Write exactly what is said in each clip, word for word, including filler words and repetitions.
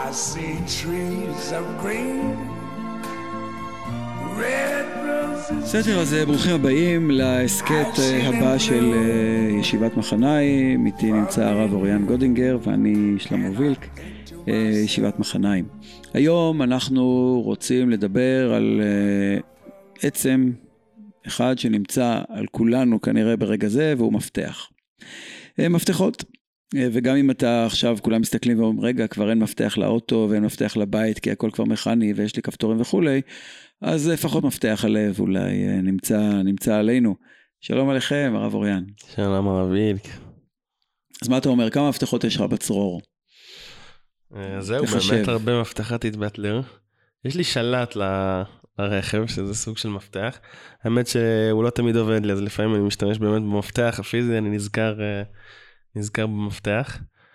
see trees of green, red roses. בסדר, אז ברוכים הבאים להסקט הבא של ישיבת מחניים. איתי נמצא הרב אוריאן גודינגר ואני שלמה וילק, ישיבת מחניים. היום אנחנו רוצים לדבר על עצם אחד שנמצא על כולנו כנראה ברגע זה, והוא מפתח. מפתחות. וגם אם אתה עכשיו כולם מסתכלים ואומרים, רגע, כבר אין מפתח לאוטו ואין מפתח לבית, כי הכל כבר מכני ויש לי כפתורים וכולי, אז לפחות מפתח הלב אולי נמצא, נמצא עלינו. שלום עליכם, הרב אוריאן. שלום הרב וילק. אז מה אתה אומר, כמה מפתחות יש לך בצרור? זהו, באמת הרבה מפתחת התבטלר. יש לי שלט לרכב, שזה סוג של מפתח. האמת שהוא לא תמיד עובד לי, אז לפעמים אני משתמש באמת במפתח הפיזי, אני נזכר, נזכר במפתח.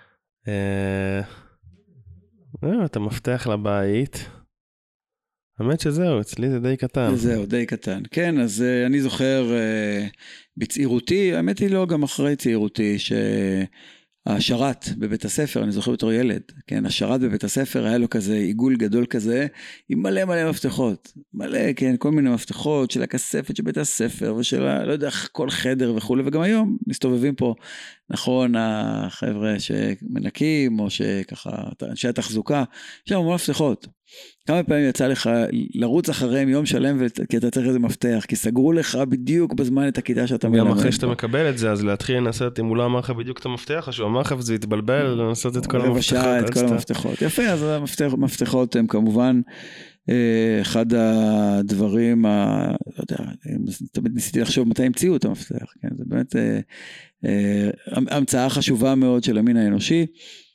את המפתח לבית. האמת שזהו, אצלי זה די קטן. זהו, די קטן. כן, אז uh, אני זוכר uh, בצעירותי, האמת היא לא גם אחרי צעירותי, שהשרת בבית הספר, אני זוכר בתור ילד, כן, השרת בבית הספר היה לו כזה עיגול גדול כזה, עם מלא מלא מפתחות, מלא, כן, כל מיני מפתחות של הכספת של בית הספר, ושל, לא יודע, כל חדר וכו', וגם היום מסתובבים פה, נכון, החבר'ה שמנקים, או שככה, אנשי התחזוקה, יש שם המון מפתחות. כמה פעמים יצא לך לרוץ אחריהם יום שלם, כי אתה צריך איזה מפתח, כי סגרו לך בדיוק בזמן את הכיתה שאתה מלמד. גם אחרי שאתה מקבל את זה, אז להתחיל לנסות, אם הוא לא אמר לך בדיוק את המפתח, או שהוא אמר לך וזה יתבלבל, לנסות את כל המפתחות. רבשה את כל המפתחות. יפה, אז המפתחות הם כמובן, אחד הדברים, לא יודע, תמיד ניסיתי לחשוב מתי המציאו את המפתח, כן, זה באמת המצאה חשובה מאוד של המין האנושי,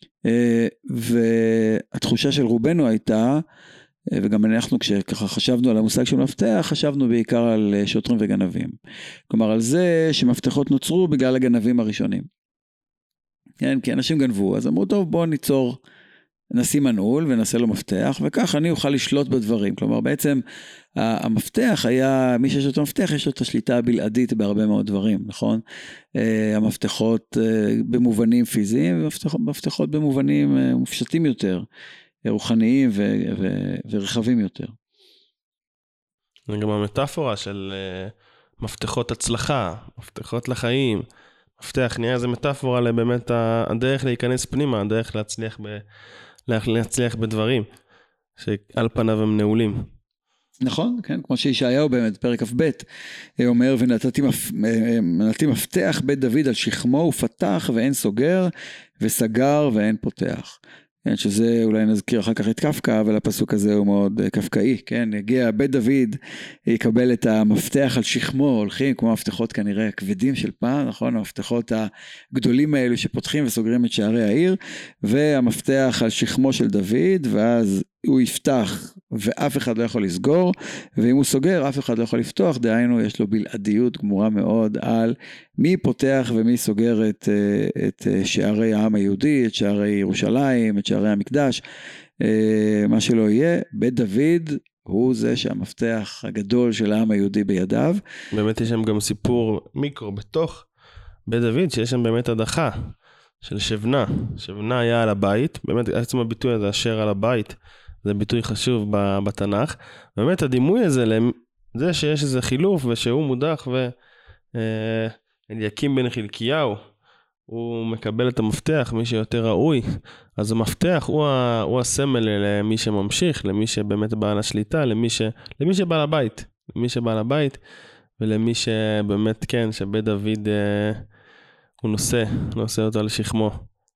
והתחושה של רובנו הייתה, וגם אנחנו כשככה חשבנו על המושג של מפתח, חשבנו בעיקר על שוטרים וגנבים. כלומר על זה שמפתחות נוצרו בגלל הגנבים הראשונים. כן, כי אנשים גנבו, אז אמרו טוב בואו ניצור, נשים מנעול ונעשה לו מפתח, וכך אני אוכל לשלוט בדברים. כלומר בעצם המפתח היה, מי שיש אותו מפתח יש לו את השליטה הבלעדית בהרבה מאוד דברים, נכון? המפתחות במובנים פיזיים, ומפתחות במובנים מופשטים יותר, רוחניים ו- ו- ורחבים יותר. זה גם המטאפורה של מפתחות הצלחה, מפתחות לחיים, מפתח נהיה איזה מטאפורה לבאמת הדרך להיכנס פנימה, הדרך להצליח, ב- להצליח בדברים, שעל פניו הם נעולים. נכון, כן, כמו שישעיהו באמת, פרק כ"ב, אומר, ונתתי מפ... מפתח בית דוד על שכמו ופתח ואין סוגר, וסגר ואין פותח. כן, שזה אולי נזכיר אחר כך את קפקא, אבל הפסוק הזה הוא מאוד קפקאי, כן, יגיע בית דוד, יקבל את המפתח על שכמו, הולכים כמו המפתחות כנראה הכבדים של פעם, נכון, המפתחות הגדולים האלו שפותחים וסוגרים את שערי העיר, והמפתח על שכמו של דוד, ואז הוא יפתח ואף אחד לא יכול לסגור, ואם הוא סוגר אף אחד לא יכול לפתוח, דהיינו יש לו בלעדיות גמורה מאוד על מי פותח ומי סוגר את, את שערי העם היהודי, את שערי ירושלים, את שערי המקדש, מה שלא יהיה, בית דוד הוא זה שהמפתח הגדול של העם היהודי בידיו. באמת יש שם גם סיפור מיקרו בתוך בית דוד, שיש שם באמת הדחה של שבנה, שבנה היה על הבית, באמת עצם הביטוי הזה, אשר על הבית, זה ביטוי חשוב בתנ"ך, באמת הדימוי הזה, זה שיש איזה חילוף ושהוא מודח ואליקים בן חלקיהו, הוא מקבל את המפתח, מי שיותר ראוי, אז המפתח הוא, ה, הוא הסמל למי שממשיך, למי שבאמת בעל השליטה, למי, ש, למי שבעל הבית, למי שבעל הבית, ולמי שבאמת כן, שבית דוד אה, הוא נושא, נושא אותו על שכמו.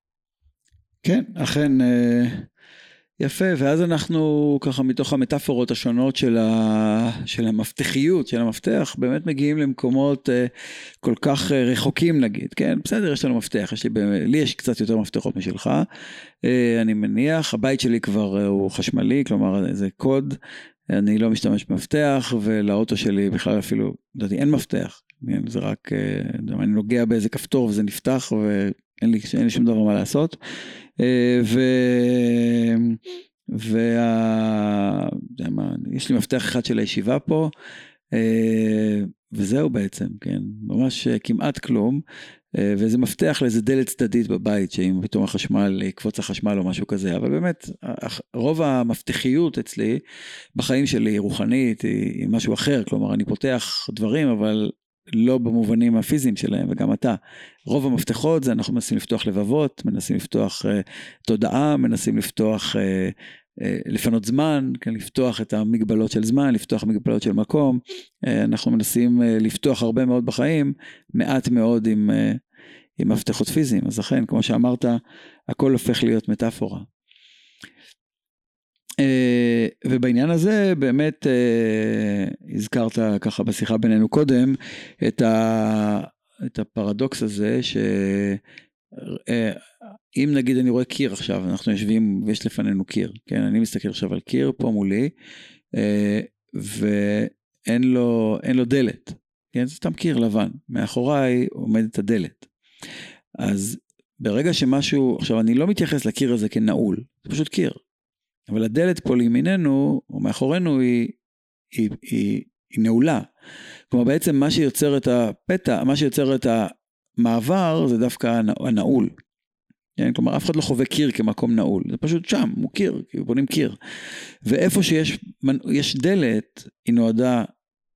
כן, אכן אה, יפה, ואז אנחנו ככה מתוך המטאפורות השונות של, ה, של המפתחיות, של המפתח, באמת מגיעים למקומות אה, כל כך אה, רחוקים נגיד, כן, בסדר, יש לנו מפתח, יש לי, לי יש קצת יותר מפתחות משלך, אה, אני מניח, הבית שלי כבר אה, הוא חשמלי, כלומר זה קוד, אני לא משתמש במפתח, ולאוטו שלי בכלל אפילו, לדעתי, אין מפתח, זה רק, אה, אני נוגע באיזה כפתור וזה נפתח, ואין לי, אין לי שום דבר מה לעשות, ו... וה... יש לי מפתח אחד של הישיבה פה, וזהו בעצם, כן, ממש כמעט כלום, וזה מפתח לאיזה דלת צדדית בבית, שאם פתאום החשמל, יקפוץ החשמל או משהו כזה, אבל באמת, רוב המפתחיות אצלי, בחיים שלי רוחנית, היא משהו אחר, כלומר, אני פותח דברים, אבל לא במובנים הפיזיים שלהם, וגם אתה. רוב המפתחות זה אנחנו מנסים לפתוח לבבות, מנסים לפתוח uh, תודעה, מנסים לפתוח, uh, uh, לפנות זמן, כן, לפתוח את המגבלות של זמן, לפתוח מגבלות של מקום. Uh, אנחנו מנסים uh, לפתוח הרבה מאוד בחיים, מעט מאוד עם, uh, עם מפתחות פיזיים. אז לכן, כמו שאמרת, הכל הופך להיות מטאפורה. Uh, ובעניין הזה באמת uh, הזכרת ככה בשיחה בינינו קודם את, ה, את הפרדוקס הזה שאם uh, נגיד אני רואה קיר עכשיו, אנחנו יושבים ויש לפנינו קיר, כן? אני מסתכל עכשיו על קיר פה מולי uh, ואין לו, אין לו דלת, כן? זה סתם קיר לבן, מאחוריי עומדת הדלת. אז ברגע שמשהו, עכשיו אני לא מתייחס לקיר הזה כנעול, זה פשוט קיר. אבל הדלת פה לימיננו, או מאחורינו, היא, היא, היא, היא נעולה. כלומר, בעצם מה שיוצר את הפתע, מה שיוצר את המעבר, זה דווקא הנעול. כן? כלומר, אף אחד לא חווה קיר כמקום נעול. זה פשוט שם, הוא קיר, כי בונים קיר. ואיפה שיש יש דלת, היא נועדה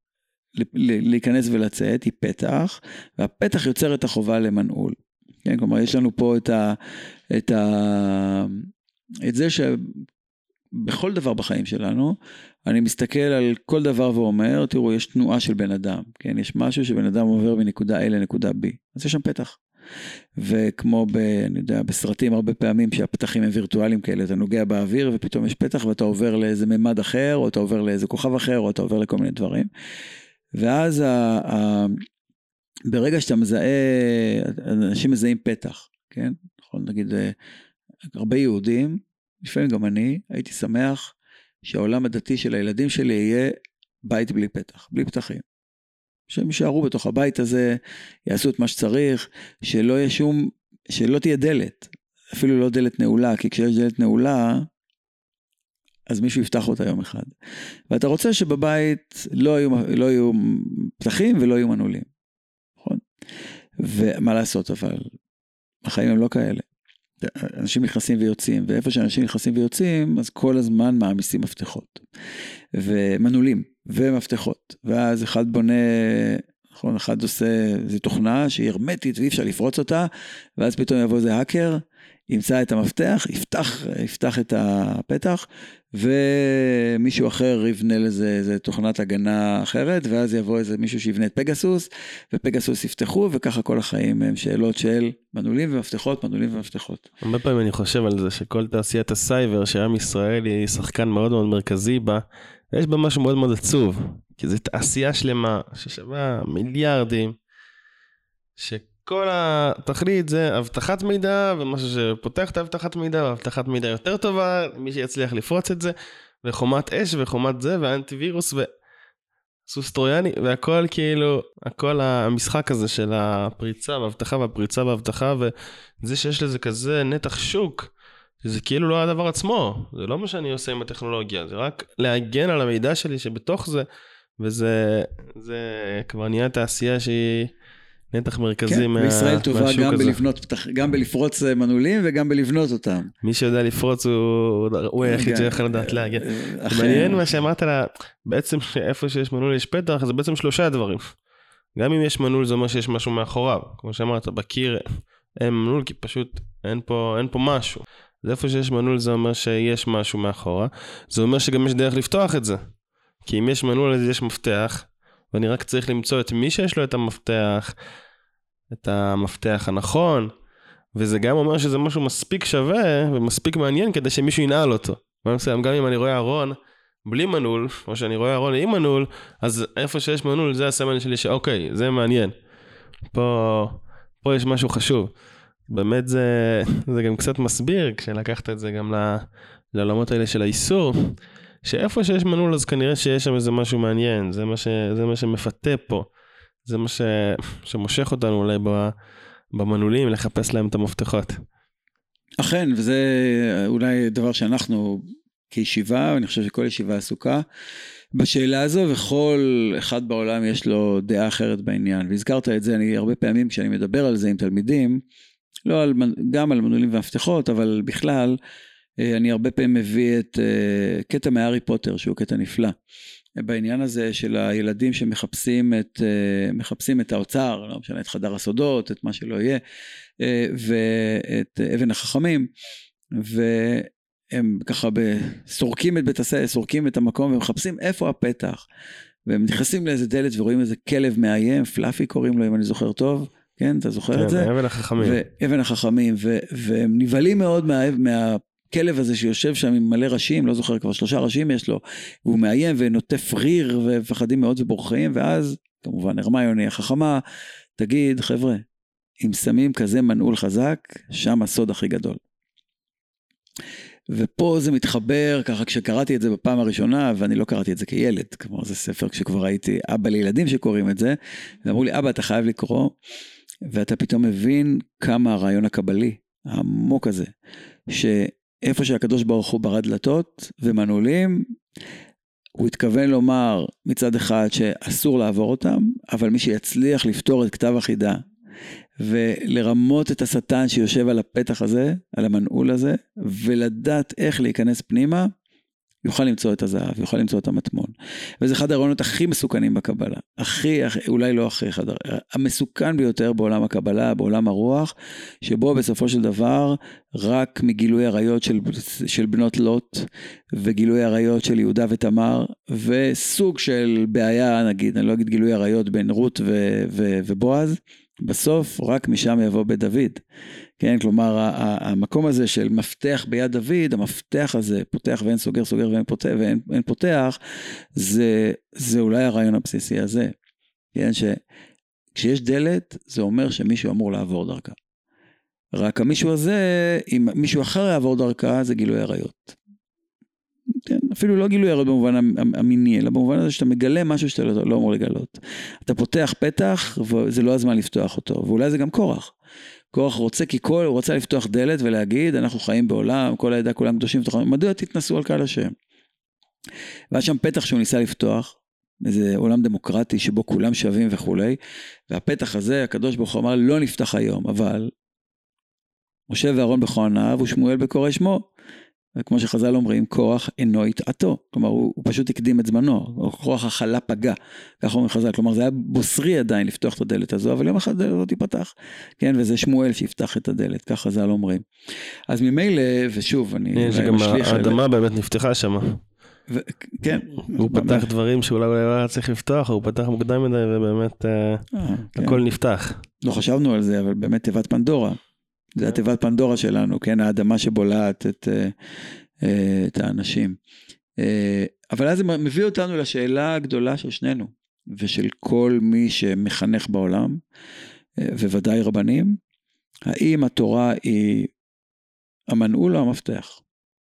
להיכנס ולצאת, היא פתח, והפתח יוצר את החובה למנעול. כן? כלומר, יש לנו פה את ה... את ה... את זה ש... בכל דבר בחיים שלנו, אני מסתכל על כל דבר ואומר, תראו, יש תנועה של בן אדם, כן? יש משהו שבן אדם עובר מנקודה A לנקודה B, אז יש שם פתח. וכמו ב, אני יודע, בסרטים הרבה פעמים שהפתחים הם וירטואליים כאלה, אתה נוגע באוויר ופתאום יש פתח ואתה עובר לאיזה ממד אחר, או אתה עובר לאיזה כוכב אחר, או אתה עובר לכל מיני דברים. ואז ה, ה, ברגע שאתה מזהה, אנשים מזהים פתח, כן? נכון, נגיד, הרבה יהודים, לפעמים גם אני, הייתי שמח שהעולם הדתי של הילדים שלי יהיה בית בלי פתח, בלי פתחים. שהם יישארו בתוך הבית הזה, יעשו את מה שצריך, שלא יהיה שום, שלא תהיה דלת, אפילו לא דלת נעולה, כי כשיש דלת נעולה, אז מישהו יפתח אותה יום אחד. ואתה רוצה שבבית לא יהיו, לא יהיו פתחים ולא יהיו מנעולים. נכון? ומה לעשות, אבל החיים הם לא כאלה. אנשים נכנסים ויוצאים, ואיפה שאנשים נכנסים ויוצאים, אז כל הזמן מעמיסים מפתחות, ומנעולים, ומפתחות, ואז אחד בונה, נכון, אחד עושה, זו תוכנה שהיא הרמטית, ואי אפשר לפרוץ אותה, ואז פתאום יבוא איזה האקר, ימצא את המפתח, יפתח, יפתח את הפתח, ומישהו אחר יבנה לזה איזה תוכנת הגנה אחרת, ואז יבוא איזה מישהו שיבנה את פגסוס, ופגסוס יפתחו, וככה כל החיים הם שאלות של מנעולים ומפתחות, מנעולים ומפתחות. הרבה פעמים אני חושב על זה, שכל תעשיית הסייבר, שעם ישראל היא שחקן מאוד מאוד מרכזי בה, יש בה משהו מאוד מאוד עצוב, כי זו תעשייה שלמה, ששווה מיליארדים, שכל התכלית זה הבטחת מידע, ומשהו שפותח את הבטחת מידע, והבטחת מידע יותר טובה, מי שיצליח לפרוץ את זה, וחומת אש, וחומת זה, ואנטיווירוס, וסוס טרויאני, והכל כאילו, הכל המשחק הזה של הפריצה, והבטחה, והפריצה, והבטחה, וזה שיש לזה כזה נתח שוק, זה כאילו לא הדבר עצמו, זה לא מה שאני עושה עם הטכנולוגיה, זה רק להגן על המידע שלי שבתוך זה, וזה זה כבר נהיה תעשייה שהיא נתח מרכזי כן, מה, בישראל טובה מהשוק גם הזה. בלבנות, גם בלפרוץ מנעולים וגם בלבנות אותם. מי שיודע לפרוץ הוא, הוא היחיד שיכול לדעת להגיע. מעניין מה שאמרת לה, בעצם איפה שיש מנעול יש פתח, זה בעצם שלושה דברים. גם אם יש מנעול זה אומר שיש משהו מאחוריו, כמו שאמרת, בקיר אין מנעול כי פשוט אין פה, אין פה משהו. אז איפה שיש מנעול זה אומר שיש משהו מאחורה, זה אומר שגם יש דרך לפתוח את זה. כי אם יש מנעול אז יש מפתח, ואני רק צריך למצוא את מי שיש לו את המפתח, את המפתח הנכון, וזה גם אומר שזה משהו מספיק שווה ומספיק מעניין כדי שמישהו ינעל אותו. גם אם אני רואה ארון בלי מנעול, או שאני רואה ארון עם מנעול, אז איפה שיש מנעול זה הסמל שלי שאוקיי, זה מעניין. פה, פה יש משהו חשוב. באמת זה, זה גם קצת מסביר, כשלקחת את זה גם לעולמות האלה של האיסור, שאיפה שיש מנעול אז כנראה שיש שם איזה משהו מעניין, זה מה, ש, זה מה שמפתה פה, זה מה ש, שמושך אותנו אולי במנעולים, לחפש להם את המפתחות. אכן, וזה אולי דבר שאנחנו כישיבה, ואני חושב שכל ישיבה עסוקה, בשאלה הזו, וכל אחד בעולם יש לו דעה אחרת בעניין, והזכרת את זה, אני הרבה פעמים כשאני מדבר על זה עם תלמידים, לא על, גם על מנעולים והמפתחות, אבל בכלל, אני הרבה פעמים מביא את קטע מהארי פוטר, שהוא קטע נפלא, בעניין הזה של הילדים שמחפשים את, מחפשים את האוצר, לא משנה, את חדר הסודות, את מה שלא יהיה, ואת אבן החכמים, והם ככה סורקים את בית הספר, סורקים את המקום, ומחפשים איפה הפתח, והם נכנסים לאיזה דלת, ורואים איזה כלב מאיים, פלאפי קוראים לו, אם אני זוכר טוב, כן, אתה זוכר כן, את זה? אבן החכמים. אבן החכמים, ו- והם נבהלים מאוד מה... מה כלב הזה שיושב שם עם מלא ראשים, לא זוכר כבר שלושה ראשים יש לו, והוא מאיים ונוטף ריר ופחדים מאוד ובורחים, ואז כמובן הרמיוני החכמה, תגיד חבר'ה, אם שמים כזה מנעול חזק, שם הסוד הכי גדול. ופה זה מתחבר, ככה כשקראתי את זה בפעם הראשונה, ואני לא קראתי את זה כילד, כמו זה ספר כשכבר הייתי אבא לילדים שקוראים את זה, ואמרו לי אבא אתה חייב לקרוא, ואתה פתאום מבין כמה הרעיון הקבלי, העמוק הזה, ש... איפה שהקדוש ברוך הוא ברד דלתות ומנעולים, הוא התכוון לומר מצד אחד שאסור לעבור אותם, אבל מי שיצליח לפתור את כתב החידה, ולרמות את השטן שיושב על הפתח הזה, על המנעול הזה, ולדעת איך להיכנס פנימה, יוכל למצוא את הזהב, יוכל למצוא את המטמון. וזה אחד הרעיונות הכי מסוכנים בקבלה. הכי, אולי לא הכי אחד, המסוכן ביותר בעולם הקבלה, בעולם הרוח, שבו בסופו של דבר, רק מגילוי עריות של, של בנות לוט, וגילוי עריות של יהודה ותמר, וסוג של בעיה, נגיד, אני לא אגיד גילוי עריות בין רות ו, ו, ובועז, בסוף רק משם יבוא בית דוד. כן, כלומר, המקום הזה של מפתח ביד דוד, המפתח הזה, פותח ואין סוגר, סוגר ואין פותח, ואין, ואין פותח, זה, זה אולי הרעיון הבסיסי הזה. כן, שכשיש דלת, זה אומר שמישהו אמור לעבור דרכה. רק המישהו הזה, אם מישהו אחר יעבור דרכה, זה גילוי עריות. כן, אפילו לא גילוי עריות במובן המיני, אלא במובן הזה שאתה מגלה משהו שאתה לא, לא אמור לגלות. אתה פותח פתח, וזה לא הזמן לפתוח אותו, ואולי זה גם כורח. כורח רוצה, כי כל, הוא רוצה לפתוח דלת ולהגיד, אנחנו חיים בעולם, כל העדה, כולם קדושים, מדוע תתנסו על קהל השם? והיה שם פתח שהוא ניסה לפתוח, איזה עולם דמוקרטי שבו כולם שווים וכולי, והפתח הזה, הקדוש ברוך הוא אמר, לא נפתח היום, אבל משה ואהרון בכהניו ושמואל בקורא שמו, וכמו שחז"ל אומרים, כוח אינו יטעתו, כלומר הוא, הוא פשוט הקדים את זמנו, כוח החלה פגע, כך אומרים חז"ל, כלומר זה היה בוסרי עדיין לפתוח את הדלת הזו, אבל יום אחד הדלת הזאת תיפתח, כן, וזה שמואל שיפתח את הדלת, כך חז"ל אומרים. אז ממילא, ושוב, אני שגם האדמה באמת נפתחה שם. ו- כן. הוא פתח דברים שאולי אולי לא היה צריך לפתוח, הוא פתח מוקדם מדי ובאמת הכל נפתח. לא חשבנו על זה, אבל באמת תיבת פנדורה. זה התיבת פנדורה שלנו, כן, האדמה שבולעת את, את האנשים. אבל אז זה מביא אותנו לשאלה הגדולה של שנינו, ושל כל מי שמחנך בעולם, וודאי רבנים, האם התורה היא המנעול או המפתח?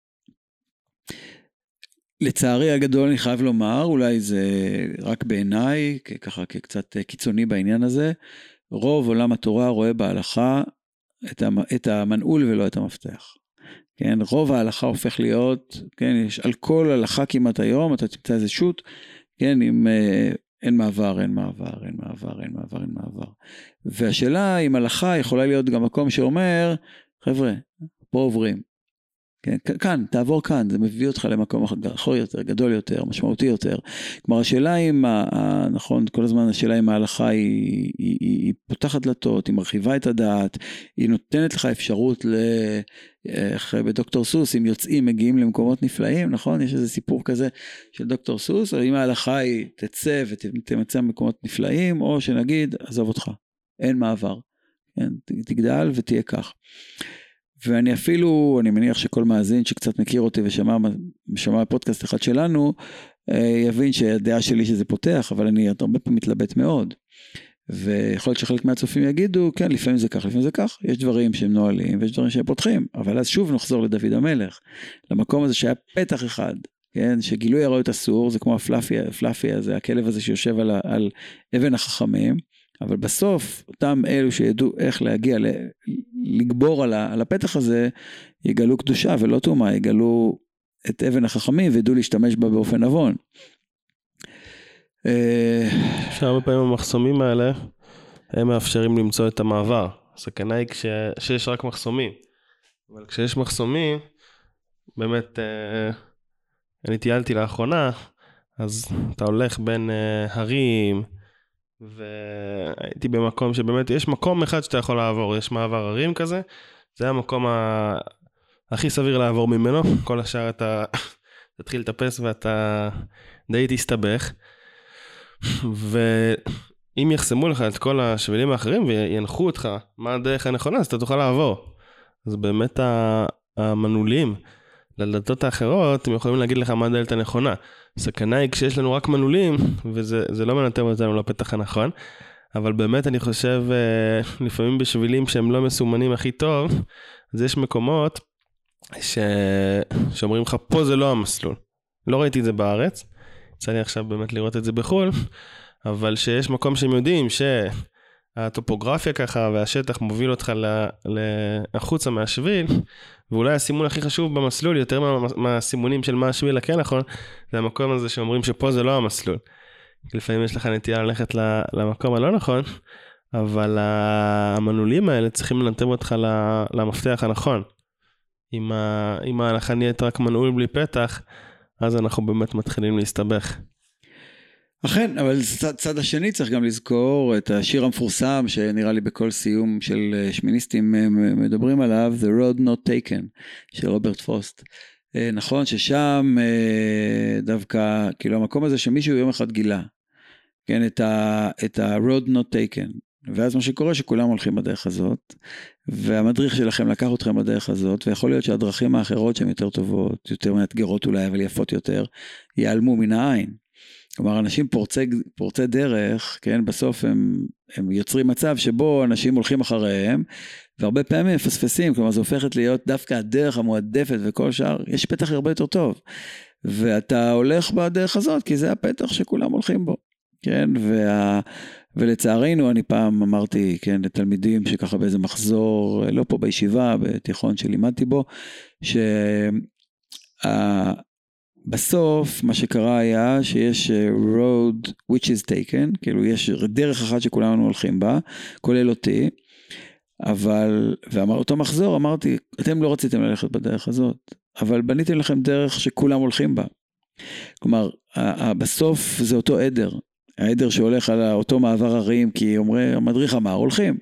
לצערי הגדול אני חייב לומר, אולי זה רק בעיניי, ככה כקצת קיצוני בעניין הזה, רוב עולם התורה רואה בהלכה, את המנעול ולא את המפתח. כן, רוב ההלכה הופך להיות, כן, יש על כל הלכה כמעט היום, אתה תמצא איזה שוט, כן, אם אה, אין מעבר, אין מעבר, אין מעבר, אין מעבר, אין מעבר. והשאלה אם הלכה יכולה להיות גם מקום שאומר, חבר'ה, פה עוברים. כן, כאן, תעבור כאן, זה מביא אותך למקום אחר יותר, גדול יותר, משמעותי יותר. כלומר, השאלה אם, נכון, כל הזמן השאלה אם ההלכה היא, היא, היא, היא פותחת דלתות, היא מרחיבה את הדעת, היא נותנת לך אפשרות ל... בדוקטור סוס, אם יוצאים, מגיעים למקומות נפלאים, נכון? יש איזה סיפור כזה של דוקטור סוס, או אם ההלכה היא תצא ותמצא במקומות נפלאים, או שנגיד, עזוב אותך, אין מעבר. כן, תגדל ותהיה כך. ואני אפילו, אני מניח שכל מאזין שקצת מכיר אותי ושמע פודקאסט אחד שלנו, יבין שהדעה שלי שזה פותח, אבל אני הרבה פעמים מתלבט מאוד. ויכול להיות שחלק מהצופים יגידו, כן, לפעמים זה כך, לפעמים זה כך. יש דברים שהם נועלים ויש דברים שהם פותחים. אבל אז שוב נחזור לדוד המלך, למקום הזה שהיה פתח אחד, כן, שגילוי עריות אסור, זה כמו הפלאפי, הפלאפי הזה, הכלב הזה שיושב על, על אבן החכמים, אבל בסוף, אותם אלו שידעו איך להגיע, לגבור על, על הפתח הזה, יגלו קדושה ולא תאומה, יגלו את אבן החכמים וידעו להשתמש בה באופן נבון. שהרבה פעמים המחסומים האלה, הם מאפשרים למצוא את המעבר. הסכנה היא כש... שיש רק מחסומים. אבל כשיש מחסומים, באמת, אני טיילתי לאחרונה, אז אתה הולך בין הרים, והייתי במקום שבאמת, יש מקום אחד שאתה יכול לעבור, יש מעבר הרים כזה, זה המקום ה... הכי סביר לעבור ממנו, כל השאר אתה תתחיל לטפס ואתה די תסתבך, ואם יחסמו לך את כל השבילים האחרים וינחו אותך מה הדרך הנכונה, אז אתה תוכל לעבור. אז באמת המנעולים לדלתות האחרות, הם יכולים להגיד לך מה הדלת הנכונה. הסכנה היא כשיש לנו רק מנעולים, וזה לא מנתב אותנו לפתח הנכון, אבל באמת אני חושב, לפעמים בשבילים שהם לא מסומנים הכי טוב, אז יש מקומות ש... שאומרים לך, פה זה לא המסלול. לא ראיתי את זה בארץ, יצא לי עכשיו באמת לראות את זה בחול, אבל שיש מקום שהם יודעים שהטופוגרפיה ככה והשטח מוביל אותך לחוצה מהשביל, ואולי הסימון הכי חשוב במסלול, יותר מה... מהסימונים של מה השביל הכן נכון, זה המקום הזה שאומרים שפה זה לא המסלול. לפעמים יש לך נטייה ללכת למקום הלא נכון, אבל המנעולים האלה צריכים לנתב אותך למפתח הנכון. אם, ה... אם ההלכה נהיית רק מנעול בלי פתח, אז אנחנו באמת מתחילים להסתבך. אכן, אבל צד, צד השני צריך גם לזכור את השיר המפורסם, שנראה לי בכל סיום של שמיניסטים מדברים עליו, The Road Not Taken, של רוברט פרוסט. נכון ששם דווקא, כאילו המקום הזה שמישהו יום אחד גילה, כן, את ה, את ה-Road Not Taken, ואז מה שקורה שכולם הולכים בדרך הזאת, והמדריך שלכם לקח אתכם בדרך הזאת, ויכול להיות שהדרכים האחרות שהן יותר טובות, יותר מאתגרות אולי, אבל יפות יותר, ייעלמו מן העין. כלומר, אנשים פורצי, פורצי דרך, כן, בסוף הם, הם יוצרים מצב שבו אנשים הולכים אחריהם, והרבה פעמים מפספסים, כלומר, זה הופכת להיות דווקא הדרך המועדפת וכל שאר, יש פתח הרבה יותר טוב, ואתה הולך בדרך הזאת, כי זה הפתח שכולם הולכים בו, כן, וה... ולצערנו אני פעם אמרתי, כן, לתלמידים שככה באיזה מחזור, לא פה בישיבה, בתיכון שלימדתי בו, שבסוף מה שקרה היה שיש road which is taken, כאילו יש דרך אחת שכולנו הולכים בה, כולל אותי, אבל, ואותו מחזור אמרתי, אתם לא רציתם ללכת בדרך הזאת, אבל בניתם לכם דרך שכולם הולכים בה. כלומר, בסוף זה אותו עדר, העדר שהולך על אותו מעבר הרים, כי אומרי, המדריך אמר, הולכים.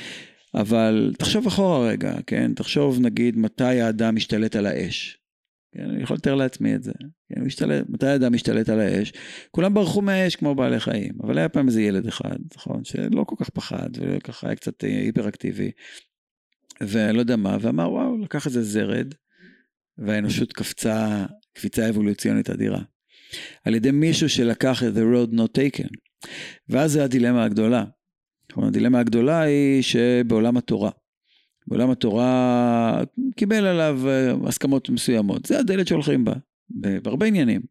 אבל תחשוב אחורה רגע, כן? תחשוב נגיד מתי האדם משתלט על האש. כן? אני יכול לתאר לעצמי את זה. כן? משתלט, מתי האדם משתלט על האש? כולם ברחו מהאש כמו בעלי חיים. אבל היה פעם איזה ילד אחד, נכון? שלא כל כך פחד, וככה היה קצת היפראקטיבי. ולא יודע מה, ואמר, וואו, לקח איזה זרד, והאנושות קפצה, קפיצה אבולוציונית אדירה. על ידי מישהו שלקח את the road not taken. ואז זה הדילמה הגדולה. הדילמה הגדולה היא שבעולם התורה, בעולם התורה קיבל עליו הסכמות מסוימות. זה הדלת שהולכים בה, בהרבה עניינים.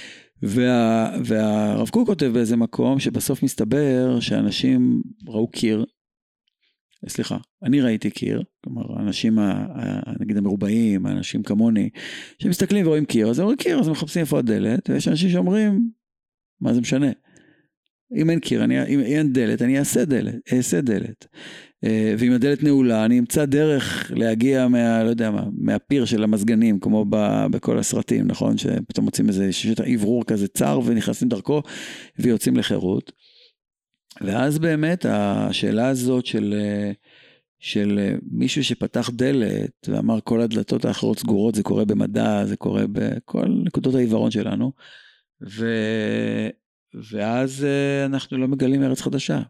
וה, והרב קוק כותב באיזה מקום שבסוף מסתבר שאנשים ראו קיר, סליחה, אני ראיתי קיר, כלומר, האנשים, נגיד המרובעים, האנשים כמוני, שמסתכלים ורואים קיר, אז הם רואים קיר, אז הם מחפשים איפה הדלת, ויש אנשים שאומרים, מה זה משנה? אם אין קיר, אני, אם אין דלת, אני אעשה דלת, אעשה דלת. ואם הדלת נעולה, אני אמצא דרך להגיע מה, לא יודע מה, מהפיר של המזגנים, כמו ב, בכל הסרטים, נכון? שפתאום מוצאים איזה ששת עברור כזה צר, ונכנסים דרכו, ויוצאים לחירות. ואז באמת השאלה הזאת של, של מישהו שפתח דלת ואמר כל הדלתות האחרות סגורות, זה קורה במדע, זה קורה בכל נקודות העיוורון שלנו, ו, ואז אנחנו לא מגלים ארץ חדשה.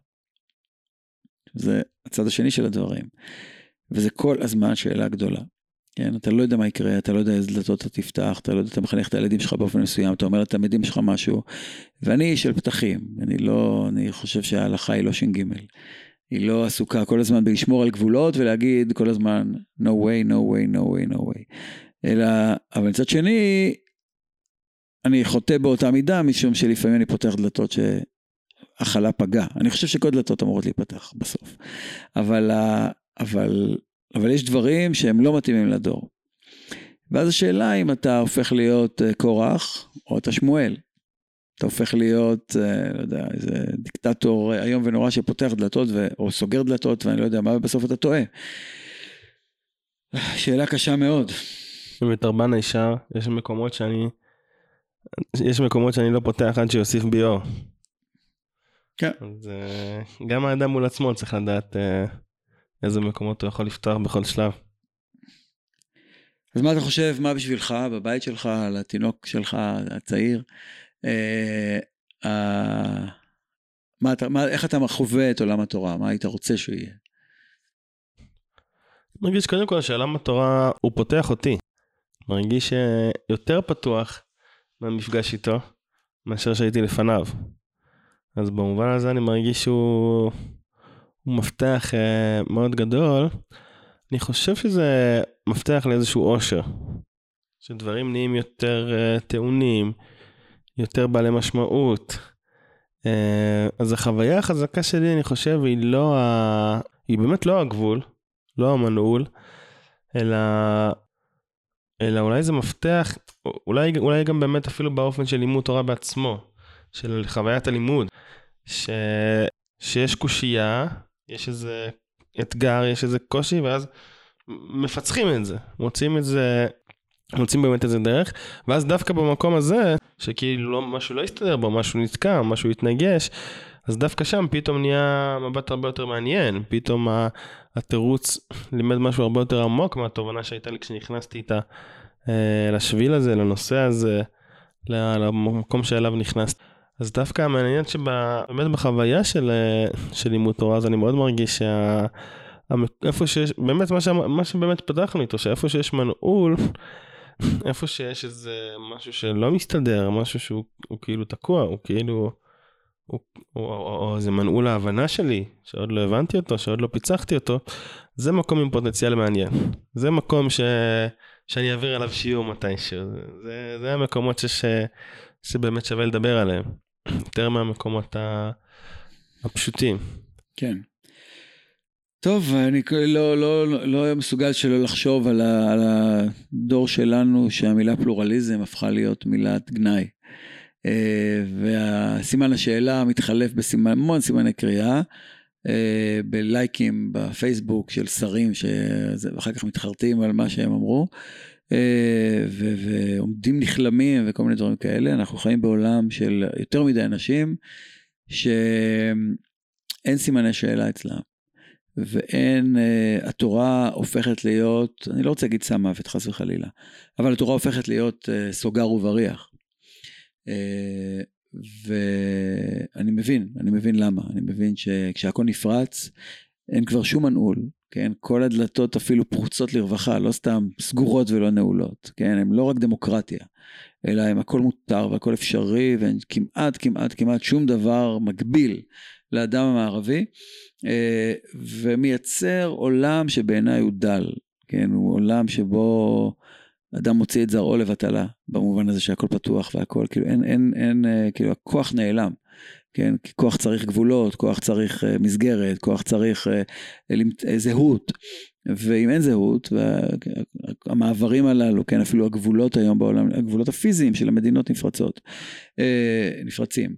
זה הצד השני של הדברים. וזה כל הזמן שאלה גדולה. כן, אתה לא יודע מה יקרה, אתה לא יודע איזה דלתות אתה תפתח, אתה לא יודע, אתה מחנך את הילדים שלך באופן מסוים, אתה אומר לתלמידים שלך משהו, ואני של פתחים, אני לא, אני חושב שההלכה היא לא ש"ג, היא לא עסוקה כל הזמן בלשמור על גבולות ולהגיד כל הזמן no way, no way, no way, no way, אלא, אבל מצד שני, אני חוטא באותה מידה, משום שלפעמים אני פותח דלתות שהחלה פגע, אני חושב שכל דלתות אמורות להיפתח בסוף, אבל, אבל, אבל יש דברים שהם לא מתאימים לדור. ואז השאלה אם אתה הופך להיות קורח או אתה שמואל. אתה הופך להיות, לא יודע, איזה דיקטטור היום ונורא שפותח דלתות, ו... או סוגר דלתות, ואני לא יודע מה, ובסוף אתה טועה. שאלה קשה מאוד. בתרבן הישר, יש מקומות שאני, יש מקומות שאני לא פותח עד שיוסיף בי אור. כן. אז גם האדם מול עצמו צריך לדעת איזה מקומות הוא יכול לפתוח בכל שלב. אז מה אתה חושב, מה בשבילך, בבית שלך, לתינוק שלך, הצעיר, אה, אה, מה אתה, מה, איך אתה חווה את עולם התורה? מה היית רוצה שהוא יהיה? מרגיש קודם כל שעולם התורה הוא פותח אותי. מרגיש יותר פתוח מהמפגש איתו, מאשר שהייתי לפניו. אז במובן הזה אני מרגיש שהוא הוא מפתח uh, מאוד גדול. אני חושב שזה מפתח לאיזשהו עושר. שדברים נהיים יותר uh, טעונים, יותר בעלי משמעות. Uh, אז החוויה החזקה שלי, אני חושב, היא לא ה... היא באמת לא הגבול, לא המנעול, אלא... אלא אולי זה מפתח, אולי, אולי גם באמת אפילו באופן של לימוד תורה בעצמו, של חוויית הלימוד, ש... שיש קושייה, יש איזה אתגר, יש איזה קושי, ואז מפצחים את זה, מוצאים את זה, מוצאים באמת איזה דרך, ואז דווקא במקום הזה, שכאילו לא, משהו לא יסתדר בו, משהו נתקע, משהו יתנגש, אז דווקא שם פתאום נהיה מבט הרבה יותר מעניין, פתאום התירוץ לימד משהו הרבה יותר עמוק מהתובנה שהייתה לי כשנכנסתי איתה אה, לשביל הזה, לנושא הזה, למקום שאליו נכנסתי. אז דווקא המעניין שבאמת בחוויה של, של לימוד תורה, אז אני מאוד מרגיש שה... איפה שיש, באמת מה, ש... מה שבאמת פתחנו איתו, שאיפה שיש מנעול, איפה שיש איזה משהו שלא מסתדר, משהו שהוא כאילו תקוע, הוא כאילו... או, או, או, או זה מנעול ההבנה שלי, שעוד לא הבנתי אותו, שעוד לא פיצחתי אותו, זה מקום עם פוטנציאל מעניין. זה מקום ש, שאני אעביר עליו שיעור מתישהו. זה, זה המקומות שש, שבאמת שווה לדבר עליהם. יותר מהמקומות הפשוטים. כן. טוב, אני לא, לא, לא, לא מסוגל שלא לחשוב על, ה, על הדור שלנו, שהמילה פלורליזם הפכה להיות מילת גנאי. והסימן השאלה מתחלף בסימן, המון סימני קריאה, בלייקים בפייסבוק של שרים, שאחר כך מתחרטים על מה שהם אמרו, ועומדים נכלמים וכל מיני דברים כאלה. אנחנו חיים בעולם של יותר מדי אנשים, שאין סימני שאלה אצלם, ואין, התורה הופכת להיות, אני לא רוצה להגיד שם מוות חס וחלילה, אבל התורה הופכת להיות סוגר ובריח. ואני מבין, אני מבין למה, אני מבין שכשהכל נפרץ, אין כבר שום מנעול, כן? כל הדלתות אפילו פרוצות לרווחה, לא סתם סגורות ולא נעולות, כן? הם לא רק דמוקרטיה, אלא הם הכל מותר והכל אפשרי, ואין כמעט, כמעט, כמעט שום דבר מגביל לאדם המערבי, ומייצר עולם שבעיניי הוא דל, כן? הוא עולם שבו אדם מוציא את זרעו לבטלה, במובן הזה שהכל פתוח והכל, כאילו אין, אין, אין, כאילו הכוח נעלם, כן? כי כוח צריך גבולות, כוח צריך מסגרת, כוח צריך זהות, ואם אין זהות, והמעברים הללו, כן, אפילו הגבולות היום בעולם, הגבולות הפיזיים של המדינות נפרצות, נפרצים,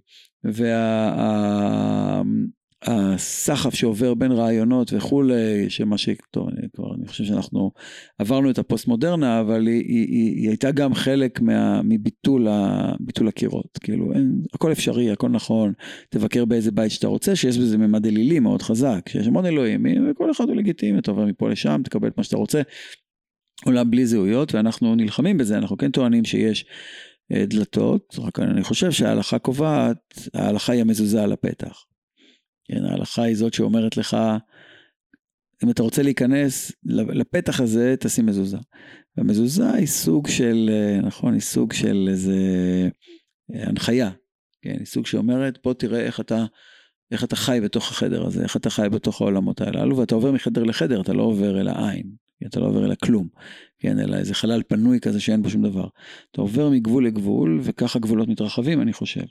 וה... הסחף שעובר בין רעיונות וכולי, שמה שטוב, אני, כבר, אני חושב שאנחנו עברנו את הפוסט-מודרנה, אבל היא, היא, היא, היא הייתה גם חלק מה, מביטול ה, ביטול הקירות, כאילו, אין, הכל אפשרי, הכל נכון, תבקר באיזה בית שאתה רוצה, שיש בזה ממד אלילי מאוד חזק, שיש המון אלוהים, וכל אחד הוא לגיטימי, אתה עובר מפה לשם, תקבל את מה שאתה רוצה, עולם בלי זהויות, ואנחנו נלחמים בזה, אנחנו כן טוענים שיש דלתות, רק אני חושב שההלכה קובעת, ההלכה היא המזוזה על הפתח. כן, ההלכה היא זאת שאומרת לך, אם אתה רוצה להיכנס לפתח הזה, תשים מזוזה. והמזוזה היא סוג של, נכון, היא סוג של איזה הנחיה. כן, היא סוג שאומרת, פה תראה איך אתה, איך אתה חי בתוך החדר הזה, איך אתה חי בתוך העולמות האלה, ואתה עובר מחדר לחדר, אתה לא עובר אל העין, אתה לא עובר אל הכלום, כן, אלא איזה חלל פנוי כזה שאין בו שום דבר. אתה עובר מגבול לגבול, וככה גבולות מתרחבים, אני חושב.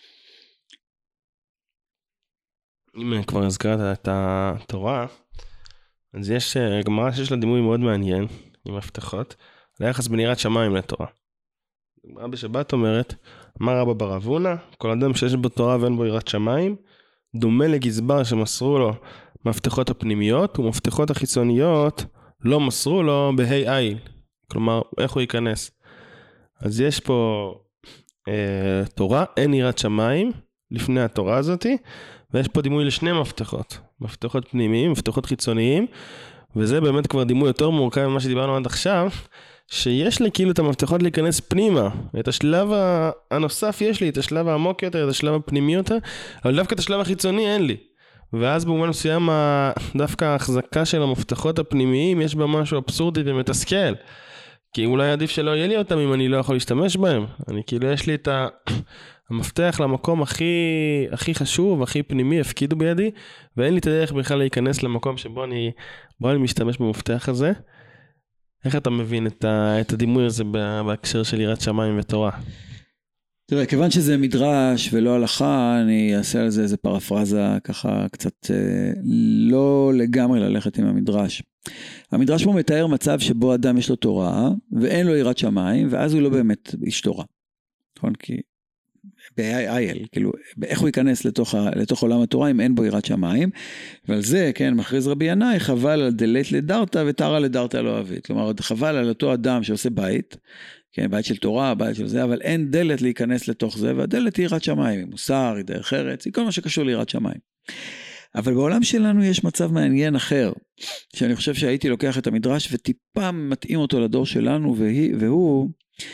אם כבר הזכרת את התורה, אז יש גמרא שיש לה דימוי מאוד מעניין, עם הבטחות, על היחס בין יראת שמיים לתורה. הגמרא בשבת אומרת, אמר רבא בר אבונה, כל אדם שיש בו תורה ואין בו יראת שמיים, דומה לגזבר שמסרו לו מפתחות הפנימיות, ומפתחות החיצוניות לא מסרו לו בהי איל. כלומר, איך הוא ייכנס? אז יש פה אה, תורה, אין יראת שמיים, לפני התורה הזאת, ויש פה דימוי לשני מפתחות. מפתחות פנימיים, מפתחות חיצוניים, וזה באמת כבר דימוי יותר מורכב ממה שדיברנו עד עכשיו, שיש לי כאילו את המפתחות להיכנס פנימה. את השלב הנוסף יש לי, את השלב העמוק יותר, את השלב הפנימי יותר, אבל דווקא את השלב החיצוני אין לי. ואז במובן מסוים, דווקא ההחזקה של המפתחות הפנימיים, יש בה משהו אבסורדי ומתסכל. כי אולי עדיף שלא יהיה לי אותם אם אני לא יכול להשתמש בהם. אני כאילו יש לי את המפתח למקום הכי, הכי חשוב, הכי פנימי, הפקידו בידי, ואין לי את הדרך בכלל להיכנס למקום שבו אני, בו אני משתמש במפתח הזה. איך אתה מבין את, ה, את הדימוי הזה בהקשר של יראת שמיים ותורה? תראה, כיוון שזה מדרש ולא הלכה, אני אעשה על זה איזה פרפרזה ככה קצת לא לגמרי ללכת עם המדרש. המדרש פה מתאר מצב שבו אדם יש לו תורה ואין לו יראת שמיים, ואז הוא לא באמת איש תורה. נכון? כי ב-אייל, כאילו, איך הוא ייכנס לתוך, ה, לתוך עולם התורה אם אין בו יראת שמיים, ועל זה, כן, מכריז רבי ינאי, חבל על דלת לדרתא ותרא לדרתא לא אוהבית. כלומר, חבל על אותו אדם שעושה בית, כן, בית של תורה, בית של זה, אבל אין דלת להיכנס לתוך זה, והדלת היא יראת שמיים, היא מוסר, היא דרך ארץ, היא כל מה שקשור ליראת שמיים. אבל בעולם שלנו יש מצב מעניין אחר, שאני חושב שהייתי לוקח את המדרש וטיפה מתאים אותו לדור שלנו, והיא, והוא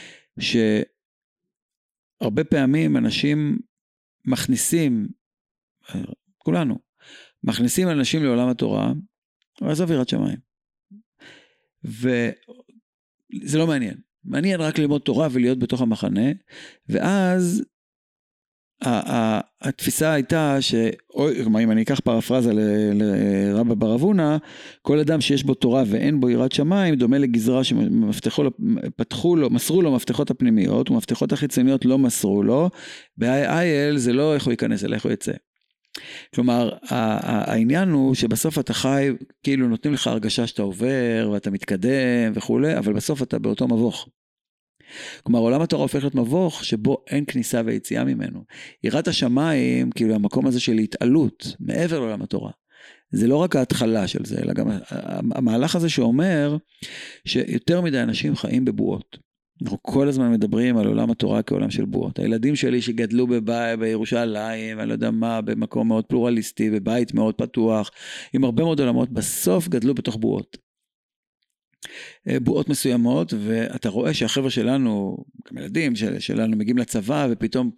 שהרבה פעמים אנשים מכניסים, כולנו, מכניסים אנשים לעולם התורה, ועזוב יראת שמיים. וזה לא מעניין. מעניין רק ללמוד תורה ולהיות בתוך המחנה, ואז התפיסה הייתה אם אני אקח פרפרזה לרבא בר אבונה, כל אדם שיש בו תורה ואין בו יראת שמיים, דומה לגזרה שפתחו לו, מסרו לו מפתחות הפנימיות, ומפתחות החיצוניות לא מסרו לו, ב-אייל זה לא איך הוא ייכנס, אלא איך הוא יצא. כלומר, העניין הוא שבסוף אתה חי, כאילו נותנים לך הרגשה שאתה עובר, ואתה מתקדם וכו', אבל בסוף אתה באותו מבוך. כלומר, עולם התורה הופך להיות מבוך שבו אין כניסה ויציאה ממנו. יראת השמיים, כאילו המקום הזה של התעלות, מעבר לעולם התורה. זה לא רק ההתחלה של זה, אלא גם המהלך הזה שאומר שיותר מדי אנשים חיים בבועות. אנחנו כל הזמן מדברים על עולם התורה כעולם של בועות. הילדים שלי שגדלו בבית, בירושלים, אני לא יודע מה, במקום מאוד פלורליסטי, בבית מאוד פתוח, עם הרבה מאוד עולמות, בסוף גדלו בתוך בועות. בועות מסוימות, ואתה רואה שהחבר'ה שלנו, גם ילדים של, שלנו, מגיעים לצבא, ופתאום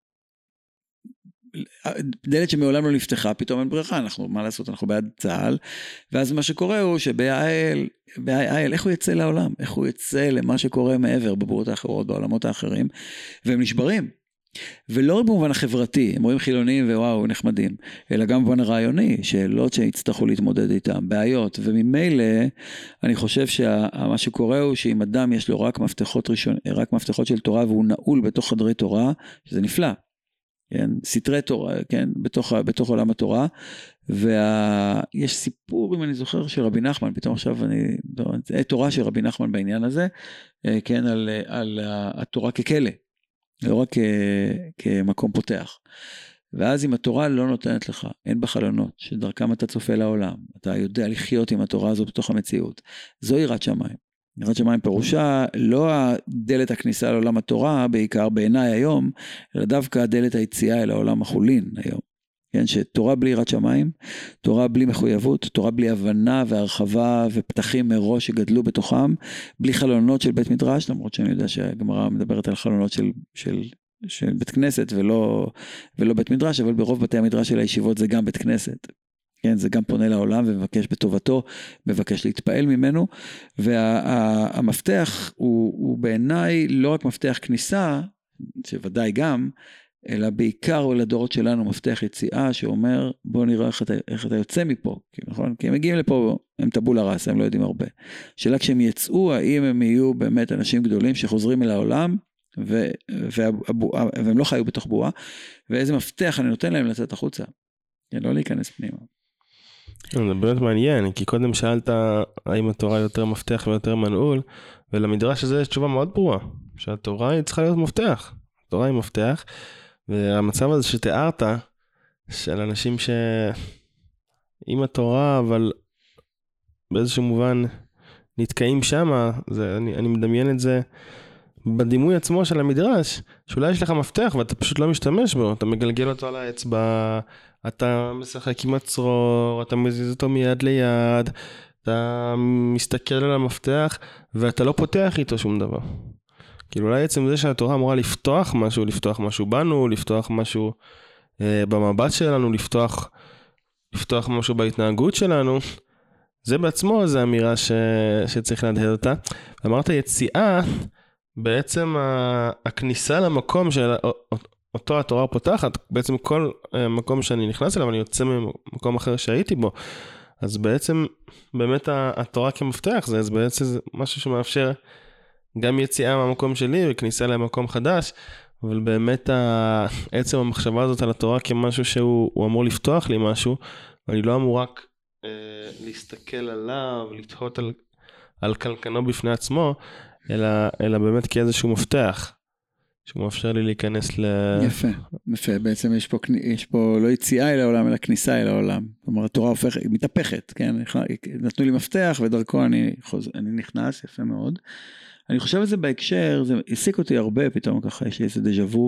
דלת שמעולם לא נפתחה, פתאום אין בריכה, אנחנו, מה לעשות, אנחנו בעד צהל, ואז מה שקורה הוא שבאייל, באייל, איך הוא יצא לעולם? איך הוא יצא למה שקורה מעבר בבועות האחרות, בעולמות האחרים, והם נשברים. ולא רק במובן החברתי, הם רואים חילונים ווואו, נחמדים, אלא גם במובן הרעיוני, שאלות שיצטרכו להתמודד איתם, בעיות, וממילא אני חושב שמה שקורה הוא שאם אדם יש לו רק מפתחות ראשון, רק מפתחות של תורה, והוא נעול בתוך חדרי תורה, שזה נפלא, כן, סתרי תורה, כן, בתוך, בתוך עולם התורה, ויש סיפור, אם אני זוכר, של רבי נחמן, פתאום עכשיו אני, תורה של רבי נחמן בעניין הזה, כן, על, על התורה ככלא, לא רק כמקום פותח. ואז אם התורה לא נותנת לך, אין בה חלונות, שדרכם אתה צופה לעולם, אתה יודע לחיות עם התורה הזו בתוך המציאות, זו יראת שמיים. יראת שמיים פירושה לא הדלת הכניסה לעולם התורה, בעיקר בעיניי היום, אלא דווקא הדלת היציאה אל העולם החולין היום. כן, שתורה בלי יראת שמיים, תורה בלי מחויבות, תורה בלי הבנה והרחבה ופתחים מראש שגדלו בתוכם, בלי חלונות של בית מדרש, למרות שאני יודע שהגמרא מדברת על חלונות של, של, של בית כנסת ולא, ולא בית מדרש, אבל ברוב בתי המדרש של הישיבות זה גם בית כנסת. כן, זה גם פונה לעולם ומבקש בטובתו, מבקש להתפעל ממנו, והמפתח הוא, הוא בעיניי לא רק מפתח כניסה, שוודאי גם, אלא בעיקר לדורות שלנו מפתח יציאה שאומר בוא נראה איך אתה, איך אתה יוצא מפה, נכון? כי הם מגיעים לפה, הם טבולה ראס, הם לא יודעים הרבה. שאלה כשהם יצאו, האם הם יהיו באמת אנשים גדולים שחוזרים אל העולם, ו, והבועה, והם לא חיו בתוך בועה, ואיזה מפתח אני נותן להם לצאת החוצה, לא להיכנס פנימה. זה באמת מעניין, כי קודם שאלת האם התורה יותר מפתח ויותר מנעול, ולמדרש הזה יש תשובה מאוד ברורה, שהתורה היא צריכה להיות מפתח. התורה היא מפתח, והמצב הזה שתיארת, של אנשים ש... עם התורה, אבל באיזשהו מובן נתקעים שם, זה, אני, אני מדמיין את זה בדימוי עצמו של המדרש, שאולי יש לך מפתח ואתה פשוט לא משתמש בו, אתה מגלגל אותו על האצבע, אתה משחק עם הצרור, אתה מזיז אותו מיד ליד, אתה מסתכל על המפתח ואתה לא פותח איתו שום דבר. כאילו אולי עצם זה שהתורה אמורה לפתוח משהו, לפתוח משהו בנו, לפתוח משהו אה, במבט שלנו, לפתוח, לפתוח משהו בהתנהגות שלנו, זה בעצמו זה אמירה ש... שצריך להדהד אותה. אמרת יציאה, בעצם הכניסה למקום של אותו התורה פותחת, בעצם כל מקום שאני נכנס אליו, אני יוצא ממקום אחר שהייתי בו, אז בעצם באמת התורה כמפתח, זה, זה בעצם משהו שמאפשר גם יציאה מהמקום שלי וכניסה למקום חדש, אבל באמת עצם המחשבה הזאת על התורה כמשהו שהוא אמור לפתוח לי משהו, ואני לא אמור רק אה, להסתכל עליו, לתהות על, על קלקנו בפני עצמו, אלא, אלא באמת כאיזשהו מפתח, שהוא מאפשר לי להיכנס ל... יפה, יפה. בעצם יש פה, יש פה לא יציאה אל העולם, אלא כניסה אל העולם. כלומר, התורה הופכת, היא מתהפכת, כן? נתנו לי מפתח, ודרכו אני, חוז... אני נכנס, יפה מאוד. אני חושב על זה בהקשר, זה העסיק אותי הרבה, פתאום ככה, יש לי איזה דז'אבו,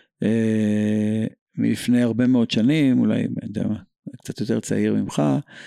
אה, מלפני הרבה מאוד שנים, אולי, אני יודע מה, קצת יותר צעיר ממך,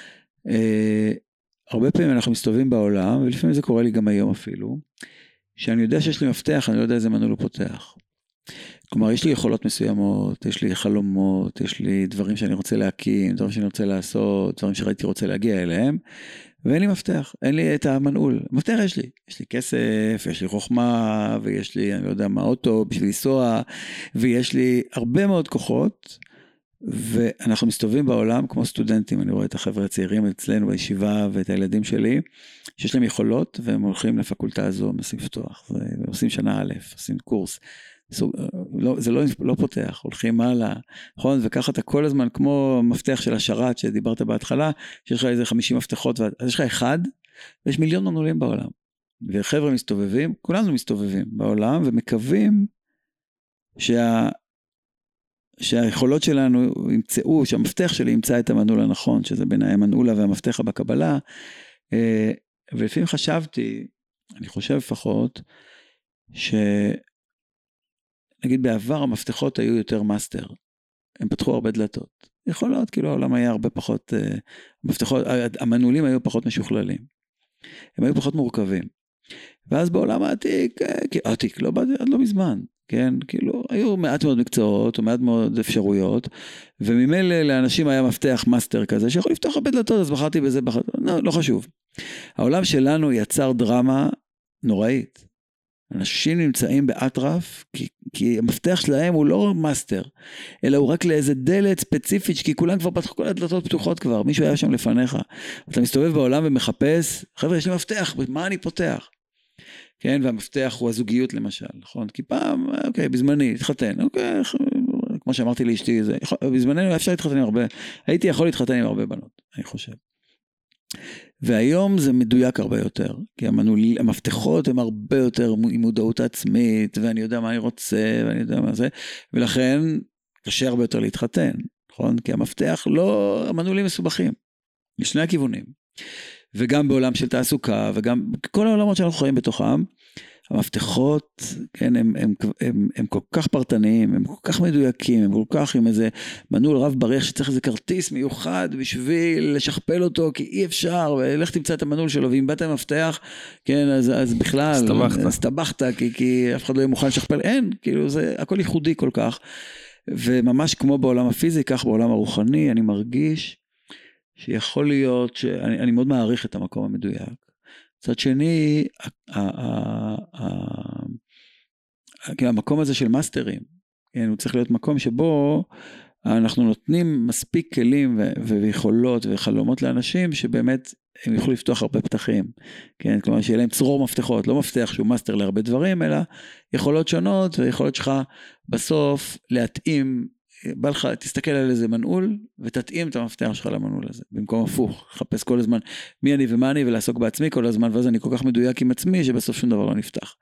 אה, הרבה פעמים אנחנו מסתובבים בעולם, ולפעמים זה קורה לי גם היום אפילו, שאני יודע שיש לי מפתח, אני לא יודע איזה מנעול הוא פותח. כלומר, יש לי יכולות מסוימות, יש לי חלומות, יש לי דברים שאני רוצה להקים, דברים שאני רוצה לעשות, דברים שראיתי רוצה להגיע אליהם, ואין לי מפתח, אין לי את המנעול. מפתח יש לי, יש לי כסף, יש לי חוכמה, ויש לי, אני לא יודע מה, אוטו בשביל לנסוע, ויש לי הרבה מאוד כוחות, ואנחנו מסתובבים בעולם כמו סטודנטים, אני רואה את החבר'ה הצעירים אצלנו בישיבה ואת הילדים שלי, שיש להם יכולות והם הולכים לפקולטה הזו, מנסים לפתוח, עושים שנה א', עושים קורס, לא, זה לא, לא פותח, הולכים הלאה, נכון? וככה אתה כל הזמן כמו מפתח של השרת שדיברת בהתחלה, שיש לך איזה חמישים מפתחות, אז יש לך אחד, ויש מיליון מנעולים בעולם, וחבר'ה מסתובבים, כולנו מסתובבים בעולם, ומקווים שה... שהיכולות שלנו ימצאו, שהמפתח שלי ימצא את המנעול הנכון, שזה בין המנעולה והמפתח בקבלה, ולפעמים חשבתי, אני חושב לפחות, שנגיד בעבר המפתחות היו יותר מאסטר, הם פתחו הרבה דלתות, יכול להיות, כאילו העולם היה הרבה פחות, המפתחות, המנעולים היו פחות משוכללים, הם היו פחות מורכבים, ואז בעולם העתיק, העתיק, לא, עד לא מזמן, כן, כאילו, היו מעט מאוד מקצועות, או מעט מאוד אפשרויות, וממילא לאנשים היה מפתח מאסטר כזה, שיכול לפתוח הרבה דלתות, אז בחרתי בזה, בחרתי, לא, לא חשוב. העולם שלנו יצר דרמה נוראית. אנשים נמצאים באטרף, כי, כי המפתח שלהם הוא לא מאסטר, אלא הוא רק לאיזה דלת ספציפית, כי כולם כבר פתחו, כל הדלתות פתוחות כבר, מישהו היה שם לפניך. אתה מסתובב בעולם ומחפש, חבר'ה, יש לי מפתח, מה אני פותח? כן, והמפתח הוא הזוגיות למשל, נכון? כי פעם, אוקיי, בזמני, התחתן, אוקיי, כמו שאמרתי לאשתי, זה, בזמננו אפשר להתחתן עם הרבה, הייתי יכול להתחתן עם הרבה בנות, אני חושב. והיום זה מדויק הרבה יותר, כי המנעול, המפתחות הם הרבה יותר עם מודעות עצמית, ואני יודע מה אני רוצה, ואני יודע מה זה, ולכן קשה הרבה יותר להתחתן, נכון? כי המפתח לא, המנעולים מסובכים, לשני הכיוונים. וגם בעולם של תעסוקה, וגם כל העולמות שאנחנו חיים בתוכם, המפתחות, כן, הם, הם, הם, הם כל כך פרטניים, הם כל כך מדויקים, הם כל כך עם איזה מנעול רב בריח, שצריך איזה כרטיס מיוחד בשביל לשכפל אותו, כי אי אפשר, ולך תמצא את המנעול שלו, ואם באת המפתח, כן, אז, אז בכלל, הסתבכת. הסתבכת, כי, כי אף אחד לא יהיה מוכן לשכפל, אין, כאילו זה הכל ייחודי כל כך, וממש כמו בעולם הפיזי, כך בעולם הרוחני, אני מרגיש, שיכול להיות שאני אני מאוד מעריך את המקום המדויק. מצד שני, המקום הזה של מאסטרים, הוא צריך להיות מקום שבו אנחנו נותנים מספיק כלים ויכולות וחלומות לאנשים שבאמת הם יוכלו לפתוח הרבה פתחים. כן, כלומר שיהיה להם צרור מפתחות, לא מפתח שהוא מאסטר להרבה דברים, אלא יכולות שונות, ויכולות שלך בסוף להתאים בא לך, תסתכל על איזה מנעול, ותתאים את המפתח שלך למנעול הזה, במקום הפוך, לחפש כל הזמן מי אני ומה אני, ולעסוק בעצמי כל הזמן, ואז אני כל כך מדויק עם עצמי, שבסוף שום דבר לא נפתח.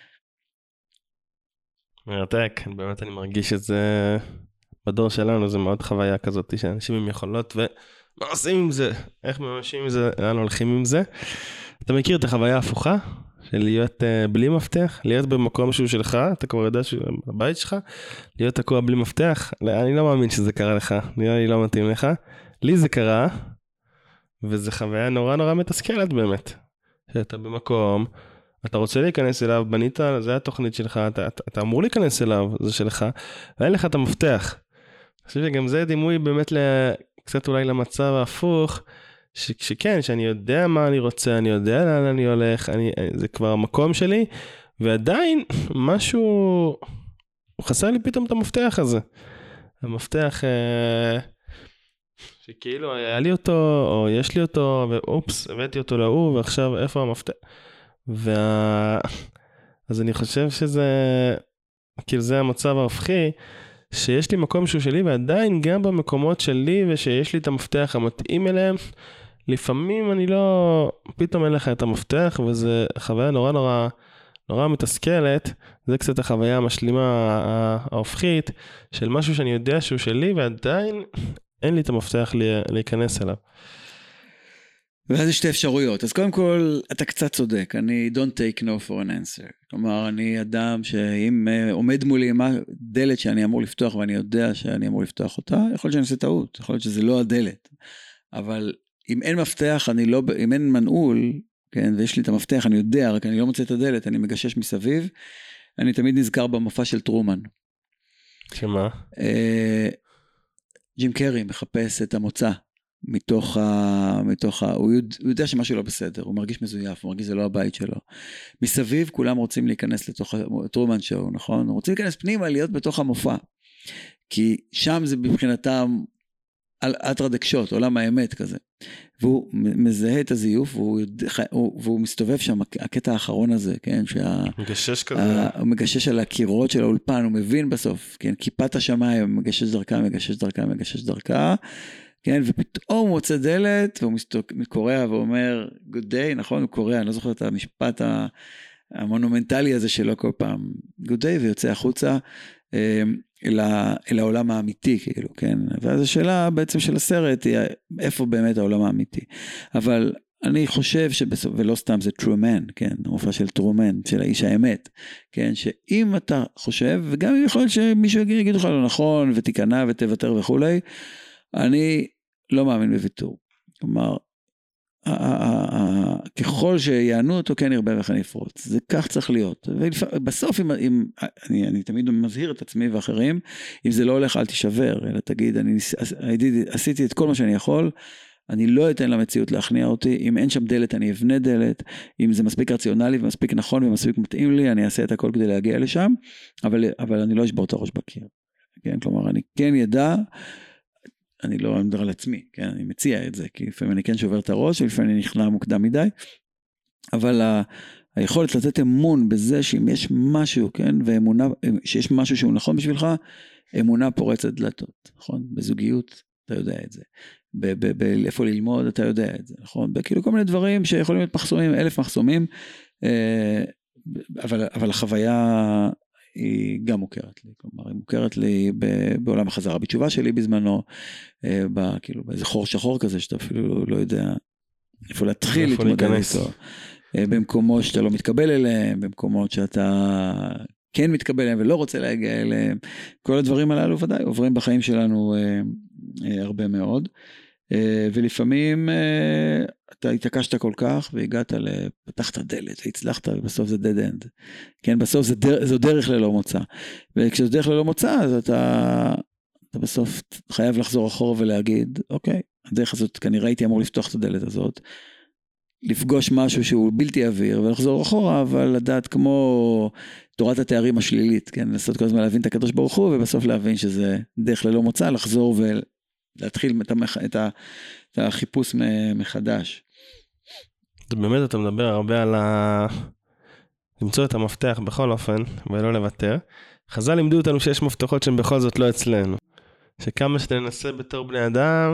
מרתק, באמת אני מרגיש את זה, בדור שלנו זה מאוד חוויה כזאת, שאנשים עם יכולות, ומה עושים עם זה? איך ממשים עם זה? לאן הולכים עם זה? אתה מכיר את החוויה ההפוכה? של להיות uh, בלי מפתח, להיות במקום שהוא שלך, אתה כבר יודע שהוא בבית שלך, להיות תקוע בלי מפתח, אני לא מאמין שזה קרה לך, נראה לי לא מתאים לך, לי זה קרה, וזה חוויה נורא נורא מתסכלת באמת, שאתה במקום, אתה רוצה להיכנס אליו, בנית, זה התוכנית שלך, אתה, אתה, אתה אמור להיכנס אליו, זה שלך, ואין לך את המפתח. אני חושב שגם זה דימוי באמת קצת אולי למצב ההפוך, ש, שכן, שאני יודע מה אני רוצה, אני יודע לאן אני הולך, אני, זה כבר המקום שלי, ועדיין משהו, הוא חסר לי פתאום את המפתח הזה. המפתח, אה, שכאילו היה לי אותו, או יש לי אותו, ואופס, הבאתי אותו להוא, ועכשיו איפה המפתח? וה... אז אני חושב שזה, כאילו זה המצב ההופכי, שיש לי מקום שהוא שלי, ועדיין גם במקומות שלי, ושיש לי את המפתח המתאים אליהם, לפעמים אני לא, פתאום אין לך את המפתח, וזה חוויה נורא נורא, נורא מתסכלת, זה קצת החוויה המשלימה ההופכית, של משהו שאני יודע שהוא שלי, ועדיין אין לי את המפתח להיכנס אליו. ואז יש שתי אפשרויות. אז קודם כל, אתה קצת צודק. אני don't take no for an answer. כלומר, אני אדם שאם עומד מולי מה דלת שאני אמור לפתוח, ואני יודע שאני אמור לפתוח אותה, יכול להיות שאני עושה טעות. יכול להיות שזה לא הדלת. אבל אם אין מפתח, אני לא, אם אין מנעול, כן, ויש לי את המפתח, אני יודע, רק אני לא מוצא את הדלת, אני מגשש מסביב, אני תמיד נזכר במופע של טרומן. שמה? ג'ים קרי מחפש את המוצא. מתוך ה... מתוך ה... הוא יודע, הוא יודע שמשהו לא בסדר, הוא מרגיש מזויף, הוא מרגיש זה לא הבית שלו. מסביב כולם רוצים להיכנס לתוך הטרומן שואו, נכון? רוצים להיכנס פנימה, להיות בתוך המופע. כי שם זה מבחינתם אטרא דקשות, עולם האמת כזה. והוא מזהה את הזיוף, והוא, והוא מסתובב שם, הקטע האחרון הזה, כן? שה... מגשש כזה. הוא מגשש על הקירות של האולפן, הוא מבין בסוף, כן? כיפת השמיים, מגשש דרכה, מגשש דרכה, מגשש דרכה, כן, ופתאום הוא מוצא דלת, והוא קורא ואומר, good day, נכון, הוא קורא, אני לא זוכר את המשפט המונומנטלי הזה שלו כל פעם, good day, ויוצא החוצה אל, אל העולם האמיתי, כאילו, כן, ואז השאלה בעצם של הסרט היא, איפה באמת העולם האמיתי, אבל אני חושב שבסוף, ולא סתם זה true man, כן, המופע של true man, של האיש האמת, כן, שאם אתה חושב, וגם יכול להיות שמישהו יגיד לך לא נכון, ותיכנע ותוותר וכולי, אני לא מאמין בוויתור. כלומר, ככל שיענו אותו, כן ירבה וכן יפרוץ. זה כך צריך להיות. ובסוף, אם, אני, אני תמיד מזהיר את עצמי ואחרים, אם זה לא הולך, אל תישבר, אלא תגיד, אני עשיתי את כל מה שאני יכול, אני לא אתן למציאות להכניע אותי, אם אין שם דלת, אני אבנה דלת, אם זה מספיק רציונלי ומספיק נכון ומספיק מתאים לי, אני אעשה את הכל כדי להגיע לשם, אבל, אבל אני לא אשבור את הראש בקיר. כן? כלומר, אני כן ידע, אני לא מדבר על עצמי, כן? אני מציע את זה, כי לפעמים אני כן שובר את הראש, ולפעמים אני נכנע מוקדם מדי, אבל ה... היכולת לתת אמון בזה שאם יש משהו, כן? ואמונה, שיש משהו שהוא נכון בשבילך, אמונה פורצת דלתות, נכון? בזוגיות, אתה יודע את זה. באיפה ללמוד, אתה יודע את זה, נכון? בכאילו כל מיני דברים שיכולים להיות מחסומים, אלף מחסומים, אבל, אבל החוויה היא גם מוכרת לי, כלומר, היא מוכרת לי בעולם החזרה בתשובה שלי בזמנו, כאילו באיזה חור שחור כזה, שאתה אפילו לא יודע איפה להתחיל להתמודד איתו, במקומות שאתה לא מתקבל אליהם, במקומות שאתה כן מתקבל אליהם ולא רוצה להגיע אליהם, כל הדברים הללו ודאי עוברים בחיים שלנו הרבה מאוד, ולפעמים אתה התעקשת כל כך והגעת לפתחת דלת והצלחת ובסוף זה dead end, כן, בסוף זה דרך, זו דרך ללא מוצא, וכשזו דרך ללא מוצא אז אתה, אתה בסוף חייב לחזור אחורה ולהגיד אוקיי, הדרך הזאת כנראה הייתי אמור לפתוח את הדלת הזאת, לפגוש משהו שהוא בלתי אוויר ולחזור אחורה, אבל לדעת כמו תורת התארים השלילית, כן, לנסות כל הזמן להבין את הקדוש ברוך הוא ובסוף להבין שזה דרך ללא מוצא, לחזור ולהתחיל את, המח... את, ה... את החיפוש מחדש. באמת אתה מדבר הרבה על ה... למצוא את המפתח בכל אופן ולא לוותר. חז"ל לימדו אותנו שיש מפתחות שהן בכל זאת לא אצלנו. שכמה שתנסה בתור בני אדם,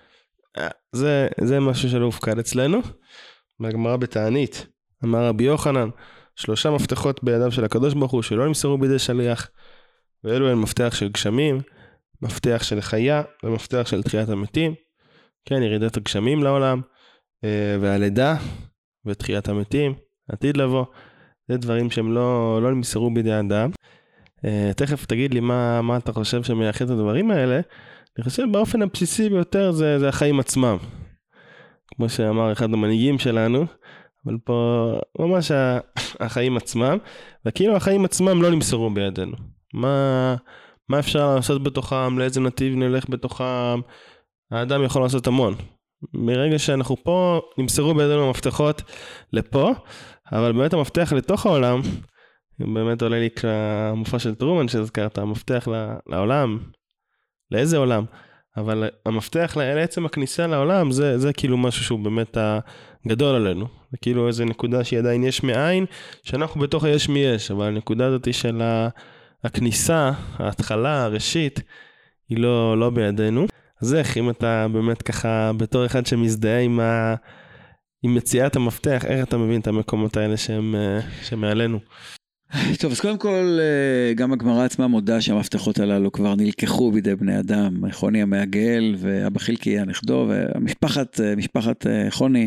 זה, זה משהו שלא הופקד אצלנו. מהגמרא בתענית, אמר רבי יוחנן, שלושה מפתחות בידיו של הקדוש ברוך הוא, שלא נמסרו בידי שליח, ואלו הם מפתח של גשמים, מפתח של חיה, ומפתח של תחיית המתים, כן, ירידת הגשמים לעולם, והלידה, ותחיית המתים, עתיד לבוא, זה דברים שהם לא, לא נמסרו בידי אדם. תכף תגיד לי מה, מה אתה חושב שמייחד את הדברים האלה. אני חושב באופן הבסיסי ביותר זה, זה החיים עצמם. כמו שאמר אחד המנהיגים שלנו, אבל פה ממש החיים עצמם, וכאילו החיים עצמם לא נמסרו בידינו. מה, מה אפשר לעשות בתוכם, לאיזה נתיב נלך בתוכם, האדם יכול לעשות המון. מרגע שאנחנו פה, נמסרו בידינו המפתחות לפה, אבל באמת המפתח לתוך העולם, באמת עולה לי כמופע של טרומן שהזכרת, המפתח לעולם, לאיזה עולם? אבל המפתח לעצם הכניסה לעולם, זה, זה כאילו משהו שהוא באמת הגדול עלינו. זה כאילו איזו נקודה שהיא עדיין יש מאין, שאנחנו בתוך היש מיש, אבל הנקודה הזאת של הכניסה, ההתחלה, הראשית, היא לא, לא בידינו. אז איך, אם אתה באמת ככה, בתור אחד שמזדהה עם, ה, עם מציאת המפתח, איך אתה מבין את המקומות האלה שהם, שמעלינו? טוב, אז קודם כל, גם הגמרא עצמה מודה שהמפתחות הללו כבר נלקחו בידי בני אדם, חוני המעגל ואבא חילקי הנכדו, והמשפחת, משפחת חוני,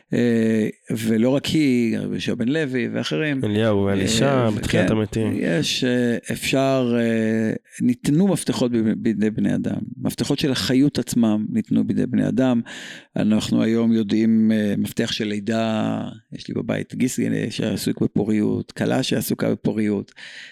ולא רק היא, רבי בן לוי ואחרים. אליהו ואלישע, בתחיית המתים. יש, אפשר, ניתנו מפתחות בידי בני אדם, מפתחות של החיות עצמם ניתנו בידי בני אדם, אנחנו היום יודעים מפתח של לידה, יש לי בבית גיס שעסוק בפוריות, קלה שעסוקה בפוריות,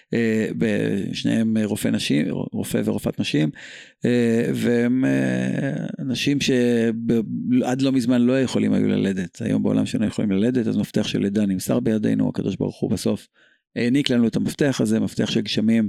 בשניהם רופא נשים, רופא ורופאת נשים, והם אנשים שעד לא מזמן לא יכולים היו ללדת, היום בעולם שלנו יכולים ללדת, אז מפתח של לידה נמסר בידינו, הקדוש ברוך הוא בסוף העניק לנו את המפתח הזה, מפתח של גשמים,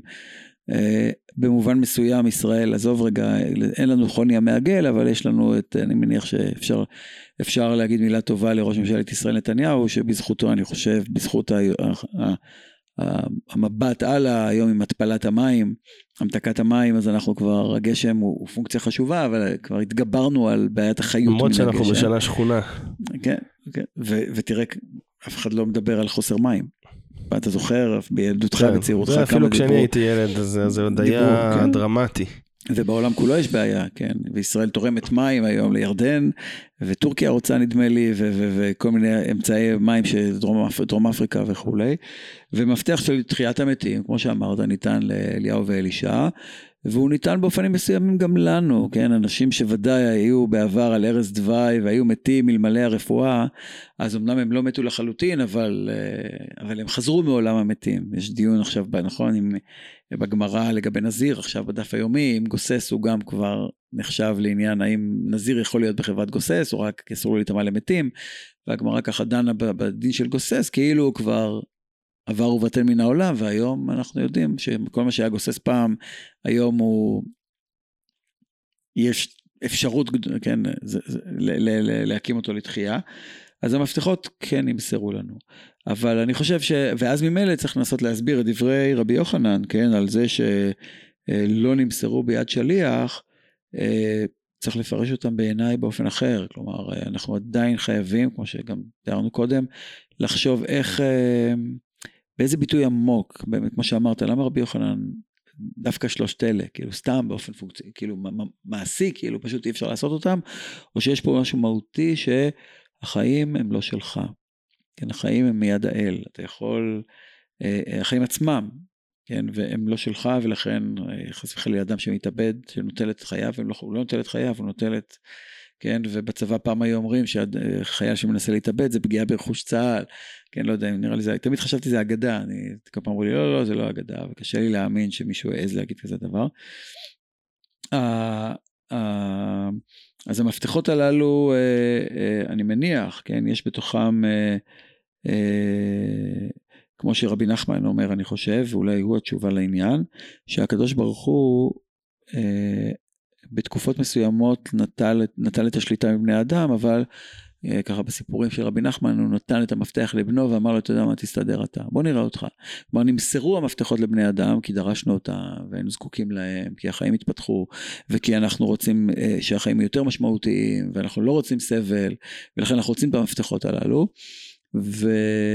במובן מסוים ישראל, עזוב רגע, אין לנו חוני המעגל, אבל יש לנו את, אני מניח שאפשר אפשר להגיד מילה טובה לראש ממשלת ישראל נתניהו, שבזכותו אני חושב, בזכות ה, ה, ה, המבט על היום עם התפלת המים, המתקת המים, אז אנחנו כבר, הגשם הוא, הוא פונקציה חשובה, אבל כבר התגברנו על בעיית החיות. למרות שאנחנו בשנה שכונה. כן, כן, ו, ותראה, אף אחד לא מדבר על חוסר מים. אתה זוכר, בילדותך, בצעירותך, זה אפילו כשאני הייתי ילד, זה עוד היה דרמטי. ובעולם כולו יש בעיה, כן, וישראל תורמת מים היום לירדן, וטורקיה רוצה נדמה לי, וכל מיני אמצעי מים של דרום אפריקה וכו'. ומפתח של תחיית המתים, כמו שאמרת, ניתן לאליהו ואלישע, והוא ניתן באופנים מסוימים גם לנו, כן, אנשים שוודאי היו בעבר על ארץ דווי, והיו מתים מלמלא הרפואה, אז אמנם הם לא מתו לחלוטין, אבל, אבל הם חזרו מעולם המתים. יש דיון עכשיו, נכון, עם, בגמרא לגבי נזיר, עכשיו בדף היומי, אם גוסס הוא גם כבר נחשב לעניין, האם נזיר יכול להיות בחברת גוסס, או רק אסור לו להתאמה למתים, והגמרא ככה דנה בדין של גוסס, כאילו הוא כבר עבר ובטל מן העולם, והיום אנחנו יודעים שכל מה שהיה גוסס פעם, היום הוא, יש אפשרות, כן, זה, זה, ל, ל, ל, להקים אותו לתחייה, אז המפתחות כן נמסרו לנו, אבל אני חושב ש, ואז ממילא צריך לנסות להסביר את דברי רבי יוחנן, כן, על זה שלא נמסרו ביד שליח, צריך לפרש אותם בעיניי באופן אחר, כלומר, אנחנו עדיין חייבים, כמו שגם תיארנו קודם, לחשוב איך, באיזה ביטוי עמוק, באמת, כמו שאמרת, למה רבי יוחנן דווקא שלושת אלה, כאילו סתם באופן פונקצי, כאילו מעשי, כאילו פשוט אי אפשר לעשות אותם, או שיש פה משהו מהותי שהחיים הם לא שלך, כן, החיים הם מיד האל, אתה יכול, החיים עצמם, כן, והם לא שלך, ולכן חס וחלילה אדם שמתאבד, שנוטל את חייו, הוא לא נוטל את חייו, הוא נוטל את, כן, ובצבא פעם היו אומרים שהחייל שמנסה להתאבד זה פגיעה ברכוש צה"ל, כן, לא יודע, נראה לי זה, תמיד חשבתי זה אגדה, אני כל פעם אמרו לי, לא, לא, זה לא אגדה, וקשה לי להאמין שמישהו העז להגיד כזה דבר. אז המפתחות הללו, אני מניח, כן, יש בתוכם, כמו שרבי נחמן אומר, אני חושב, ואולי הוא התשובה לעניין, שהקדוש ברוך הוא, בתקופות מסוימות נטל, נטל את השליטה מבני אדם, אבל ככה בסיפורים של רבי נחמן, הוא נתן את המפתח לבנו ואמר לו, אתה יודע מה, תסתדר אתה, בוא נראה אותך. כלומר, נמסרו המפתחות לבני אדם, כי דרשנו אותם, והיינו זקוקים להם, כי החיים התפתחו, וכי אנחנו רוצים שהחיים יותר משמעותיים, ואנחנו לא רוצים סבל, ולכן אנחנו רוצים את המפתחות הללו, ו...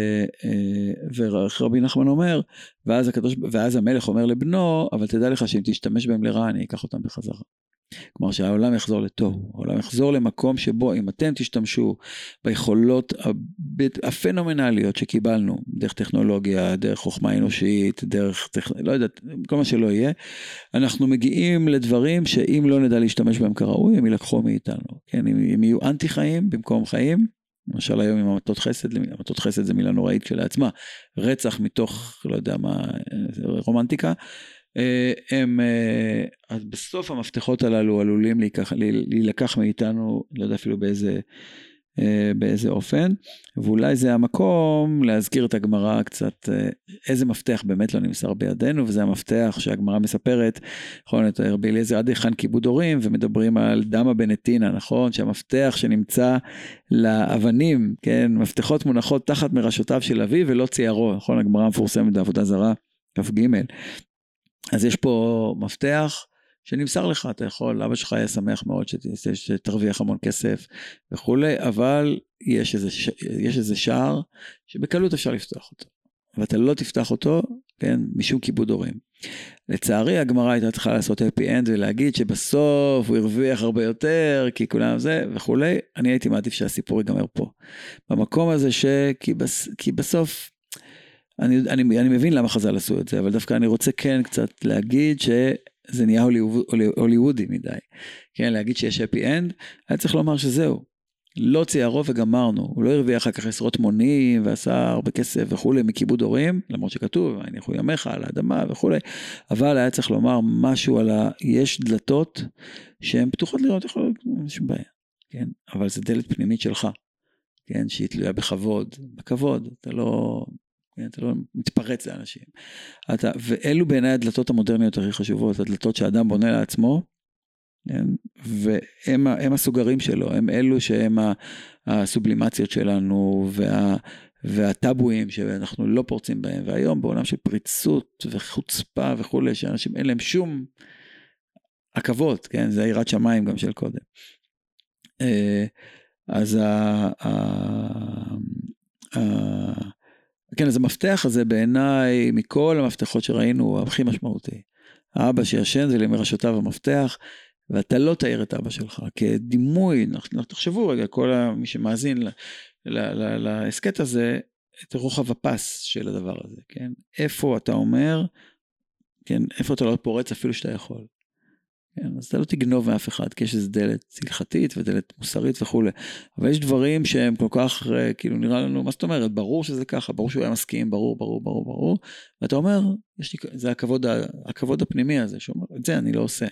ורבי נחמן אומר, ואז, הקדוש... ואז המלך אומר לבנו, אבל תדע לך שאם תשתמש בהם לרע, אני אקח אותם בחזרה. כלומר שהעולם יחזור לתוהו, העולם יחזור למקום שבו אם אתם תשתמשו ביכולות הפנומנליות שקיבלנו, דרך טכנולוגיה, דרך חוכמה אנושית, דרך, לא יודעת, כל מה שלא יהיה, אנחנו מגיעים לדברים שאם לא נדע להשתמש בהם כראוי, הם ילקחו מאיתנו, כן? הם יהיו אנטי חיים במקום חיים, למשל היום עם המתות חסד, המתות חסד זה מילה נוראית כשלעצמה, רצח מתוך, לא יודע מה, רומנטיקה, הם, אז בסוף המפתחות הללו עלולים להיקח, להילקח מאיתנו, לא יודע אפילו באיזה, באיזה אופן, ואולי זה המקום להזכיר את הגמרא קצת, איזה מפתח באמת לא נמסר בידינו, וזה המפתח שהגמרא מספרת, נכון, את רבי אליעזר עד היכן כיבוד הורים, ומדברים על דמא בנתינא, נכון, שהמפתח שנמצא לאבנים, כן, מפתחות מונחות תחת מרשותיו של אביו ולא ציירו, נכון, הגמרא מפורסמת בעבודה זרה, כף ג' אז יש פה מפתח שנמסר לך, אתה יכול, אבא שלך היה שמח מאוד שתרוויח המון כסף וכולי, אבל יש איזה, יש איזה שער שבקלות אפשר לפתוח אותו, ואתה לא תפתח אותו, כן, משום כיבוד הורים. לצערי הגמרא הייתה צריכה לעשות happy end ולהגיד שבסוף הוא הרוויח הרבה יותר, כי כולם זה וכולי, אני הייתי מעדיף שהסיפור ייגמר פה. במקום הזה ש... כי, בס... כי בסוף, אני, אני, אני מבין למה חז"ל עשו את זה, אבל דווקא אני רוצה כן קצת להגיד שזה נהיה הוליווד, הוליוודי מדי. כן, להגיד שיש happy end, היה צריך לומר שזהו. לא ציירו וגמרנו. הוא לא הרוויח אחר כך עשרות מונים, ועשה הרבה כסף וכולי, מכיבוד הורים, למרות שכתוב, הניחו ימיך על האדמה וכולי, אבל היה צריך לומר משהו על ה... יש דלתות שהן פתוחות לראות, יכול להיות משהו בעיה. כן, אבל זה דלת פנימית שלך. כן, שהיא תלויה בכבוד, בכבוד, אתה לא... אתה לא מתפרץ לאנשים. אתה, ואלו בעיניי הדלתות המודרניות הכי חשובות, הדלתות שהאדם בונה לעצמו, כן? והם הם הסוגרים שלו, הם אלו שהם הסובלימציות שלנו, וה, והטאבויים שאנחנו לא פורצים בהם, והיום בעולם של פריצות וחוצפה וכולי, שאנשים אין להם שום עכבות, כן? זה יראת שמיים גם של קודם. אז ה... ה כן, אז המפתח הזה בעיניי, מכל המפתחות שראינו, הוא הכי משמעותי. האבא שישן זה למרשותיו המפתח, ואתה לא תאר את אבא שלך, כדימוי, תחשבו רגע, כל מי שמאזין לעסקת הזה, את רוחב הפס של הדבר הזה, כן? איפה אתה אומר, כן, איפה אתה לא פורץ אפילו שאתה יכול. כן, אז אתה לא תגנוב מאף אחד, כי יש איזו דלת הלכתית ודלת מוסרית וכו'. אבל יש דברים שהם כל כך, כאילו נראה לנו, מה זאת אומרת? ברור שזה ככה, ברור שהוא היה מסכים, ברור, ברור, ברור, ברור. ואתה אומר, יש לי, זה הכבוד, הכבוד הפנימי הזה, שאומר, את זה אני לא עושה.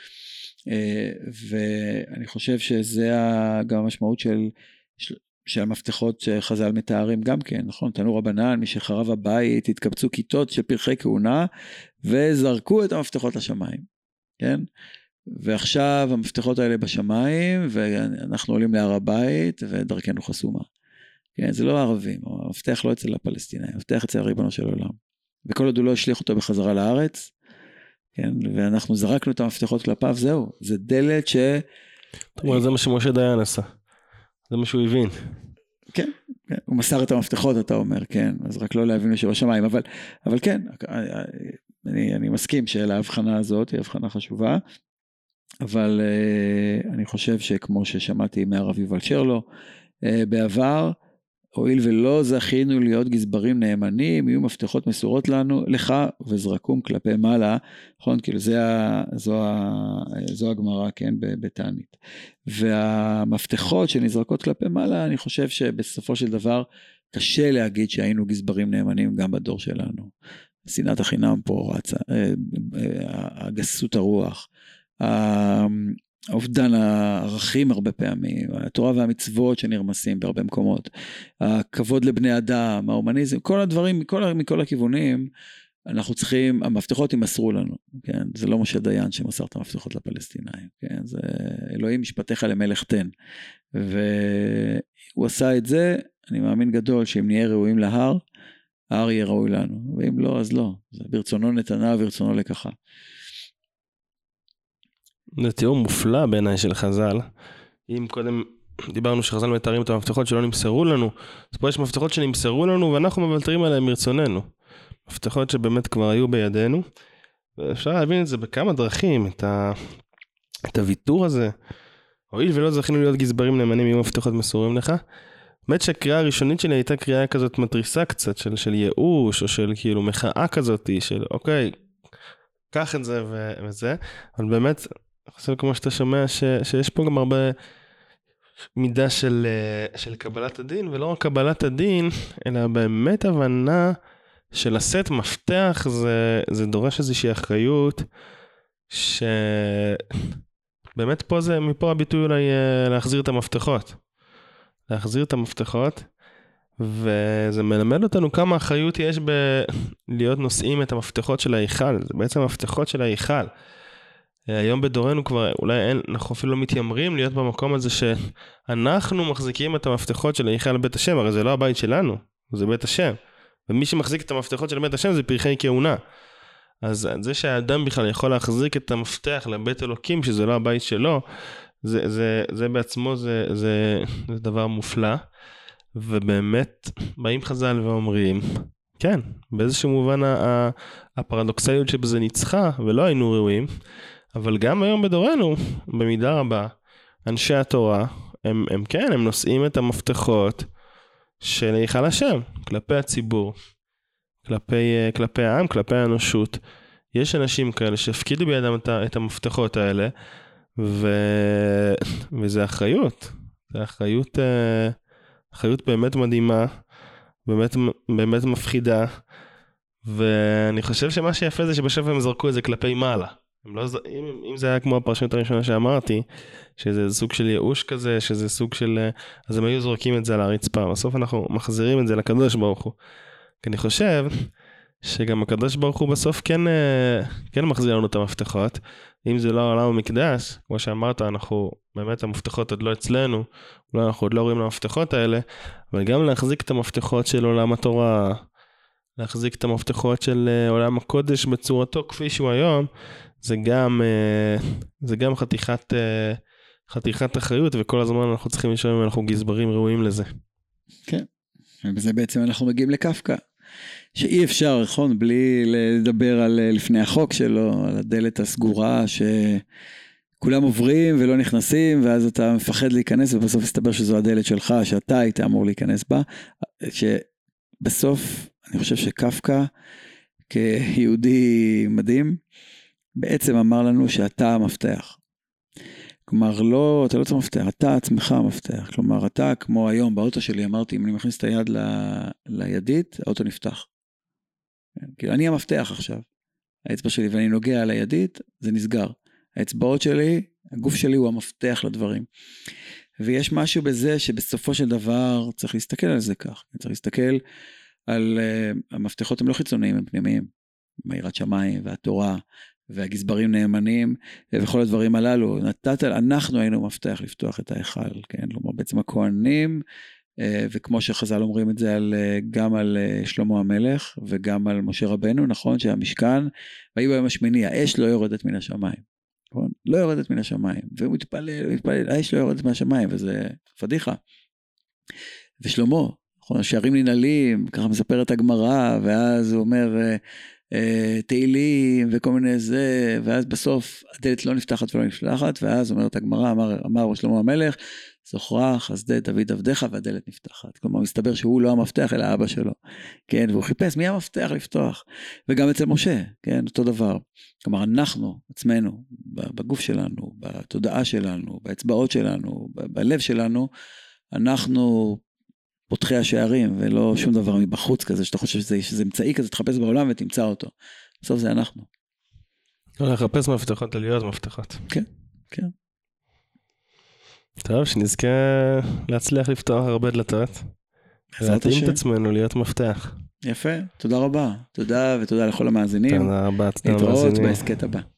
ואני חושב שזה גם המשמעות של, של המפתחות שחז"ל מתארים גם כן, נכון? תנו רבנן, מי שחרב הבית, התקבצו כיתות של פרחי כהונה, וזרקו את המפתחות לשמיים. כן? ועכשיו המפתחות האלה בשמיים, ואנחנו עולים להר הבית, ודרכנו חסומה. כן? זה לא הערבים, המפתח לא אצל הפלסטינאים, המפתח אצל הריבונו של עולם. וכל עוד הוא לא השליך אותו בחזרה לארץ, כן? ואנחנו זרקנו את המפתחות כלפיו, זהו. זה דלת ש... זאת אומרת, זה מה שמשה דיין עשה. זה מה שהוא הבין. כן, כן. הוא מסר את המפתחות, אתה אומר, כן. אז רק לא להבין לשם השמיים, אבל, אבל כן, אני, אני מסכים שלהבחנה הזאת היא הבחנה חשובה, אבל uh, אני חושב שכמו ששמעתי מהרב יובל שרלו, uh, בעבר, הואיל ולא זכינו להיות גזברים נאמנים, יהיו מפתחות מסורות לנו, לך וזרקום כלפי מעלה, נכון? כאילו זה ה, זו, ה, זו הגמרא, כן, בתענית. והמפתחות שנזרקות כלפי מעלה, אני חושב שבסופו של דבר, קשה להגיד שהיינו גזברים נאמנים גם בדור שלנו. שנאת החינם פה רצה, הגסות הרוח, האובדן הערכים הרבה פעמים, התורה והמצוות שנרמסים בהרבה מקומות, הכבוד לבני אדם, ההומניזם, כל הדברים, מכל, מכל הכיוונים, אנחנו צריכים, המפתחות ימסרו לנו, כן? זה לא משה דיין שמסר את המפתחות לפלסטינאים, כן? זה אלוהים משפטיך למלך תן, הוא עשה את זה, אני מאמין גדול שאם נהיה ראויים להר, ההר יהיה ראוי לנו, ואם לא, אז לא. זה ברצונו נתנה וברצונו לקחה. זה תיאור מופלא בעיניי של חז"ל. אם קודם דיברנו שחז"ל מתארים את המפתחות שלא נמסרו לנו, אז פה יש מפתחות שנמסרו לנו, ואנחנו מבלתרים עליהם מרצוננו. מפתחות שבאמת כבר היו בידינו, ואפשר להבין את זה בכמה דרכים, את, ה... את הוויתור הזה. הואיל ולא זכינו להיות גזברים נאמנים, יהיו מפתחות מסורים לך. באמת שהקריאה הראשונית שלי הייתה קריאה כזאת מטריסה קצת, של, של ייאוש, או של כאילו מחאה כזאת, של אוקיי, קח את זה ו... וזה. אבל באמת, אני חושב כמו שאתה שומע, ש... שיש פה גם הרבה מידה של, של קבלת הדין, ולא רק קבלת הדין, אלא באמת הבנה של לשאת מפתח, זה, זה דורש איזושהי אחריות, שבאמת פה זה, מפה הביטוי אולי להחזיר את המפתחות. להחזיר את המפתחות, וזה מלמד אותנו כמה אחריות יש בלהיות נושאים את המפתחות של ההיכל, זה בעצם המפתחות של ההיכל. היום בדורנו כבר, אולי אין, אנחנו אפילו לא מתיימרים להיות במקום הזה שאנחנו מחזיקים את המפתחות של ההיכל בית השם, הרי זה לא הבית שלנו, זה בית השם. ומי שמחזיק את המפתחות של בית השם זה פרחי כהונה. אז זה שהאדם בכלל יכול להחזיק את המפתח לבית אלוקים, שזה לא הבית שלו, זה, זה, זה בעצמו, זה, זה, זה דבר מופלא. ובאמת, באים חז"ל ואומרים, כן, באיזשהו מובן הפרדוקסליות שבזה ניצחה, ולא היינו ראויים, אבל גם היום בדורנו, במידה רבה, אנשי התורה, הם, הם כן, הם נושאים את המפתחות של היכל השם, כלפי הציבור, כלפי, כלפי העם, כלפי האנושות. יש אנשים כאלה שהפקידו בידם את, את המפתחות האלה, ו... וזה אחריות. זה אחריות, אחריות באמת מדהימה, באמת, באמת מפחידה, ואני חושב שמה שיפה זה שבשפע הם זרקו את זה כלפי מעלה. הם לא, אם, אם זה היה כמו הפרשנות הראשונה שאמרתי, שזה סוג של ייאוש כזה, שזה סוג של, אז הם היו זורקים את זה על הרצפה. בסוף אנחנו מחזירים את זה לקדוש ברוך הוא. כי אני חושב שגם הקדוש ברוך הוא בסוף כן, כן מחזיר לנו את המפתחות. אם זה לא העולם המקדש, כמו שאמרת, אנחנו, באמת המפתחות עוד לא אצלנו, אולי אנחנו עוד לא רואים למפתחות האלה, אבל גם להחזיק את המפתחות של עולם התורה, להחזיק את המפתחות של עולם הקודש בצורתו כפי שהוא היום, זה גם, זה גם חתיכת, חתיכת אחריות, וכל הזמן אנחנו צריכים לשאול אם אנחנו גזברים ראויים לזה. כן, ובזה בעצם אנחנו מגיעים לקפקא, שאי אפשר, נכון, בלי לדבר על לפני החוק שלו, על הדלת הסגורה, שכולם עוברים ולא נכנסים, ואז אתה מפחד להיכנס, ובסוף הסתבר שזו הדלת שלך, שאתה היית אמור להיכנס בה, שבסוף אני חושב שקפקא, כיהודי מדהים, בעצם אמר לנו שאתה המפתח. כלומר, לא, אתה לא צריך מפתח, אתה עצמך המפתח. כלומר, אתה, כמו היום באוטו שלי, אמרתי, אם אני מכניס את היד ל... לידית, האוטו נפתח. כאילו, אני המפתח עכשיו. האצבע שלי, ואני נוגע על הידית, זה נסגר. האצבעות שלי, הגוף שלי הוא המפתח לדברים. ויש משהו בזה שבסופו של דבר צריך להסתכל על זה כך. צריך להסתכל על uh, המפתחות הם לא חיצוניים, הם פנימיים. מאירת שמיים והתורה והגזברים נאמנים וכל הדברים הללו. נתת, אנחנו היינו מפתח לפתוח את ההיכל, כן? כלומר, בעצם הכהנים, וכמו שחז"ל אומרים את זה על, גם על שלמה המלך וגם על משה רבנו, נכון? שהמשכן, והיא ביום השמיני, האש לא יורדת מן השמיים. נכון? לא יורדת מן השמיים. והוא מתפלל, מתפלל, האש לא יורדת מן השמיים, וזה פדיחה. ושלמה, נכון? שערים ננעלים, ככה מספר את הגמרא, ואז הוא אומר, תהילים וכל מיני זה, ואז בסוף הדלת לא נפתחת ולא נפתחת, ואז אומרת הגמרא, אמר, אמר שלמה המלך, זוכרה חסדי דוד עבדך והדלת נפתחת. כלומר, מסתבר שהוא לא המפתח אלא אבא שלו, כן, והוא חיפש מי המפתח לפתוח, וגם אצל משה, כן, אותו דבר. כלומר, אנחנו, עצמנו, בגוף שלנו, בתודעה שלנו, באצבעות שלנו, בלב שלנו, אנחנו פותחי השערים, ולא שום דבר מבחוץ כזה, שאתה חושב שזה, שזה אמצעי כזה, תחפש בעולם ותמצא אותו. בסוף זה אנחנו. לא, לחפש מפתחות, להיות מפתחות. כן, כן. טוב, שנזכה להצליח לפתוח הרבה דלתות. להתאים את עצמנו, להיות מפתח. יפה, תודה רבה. תודה ותודה לכל המאזינים. תודה רבה, תודה למאזינים. להתראות בהסקט הבא.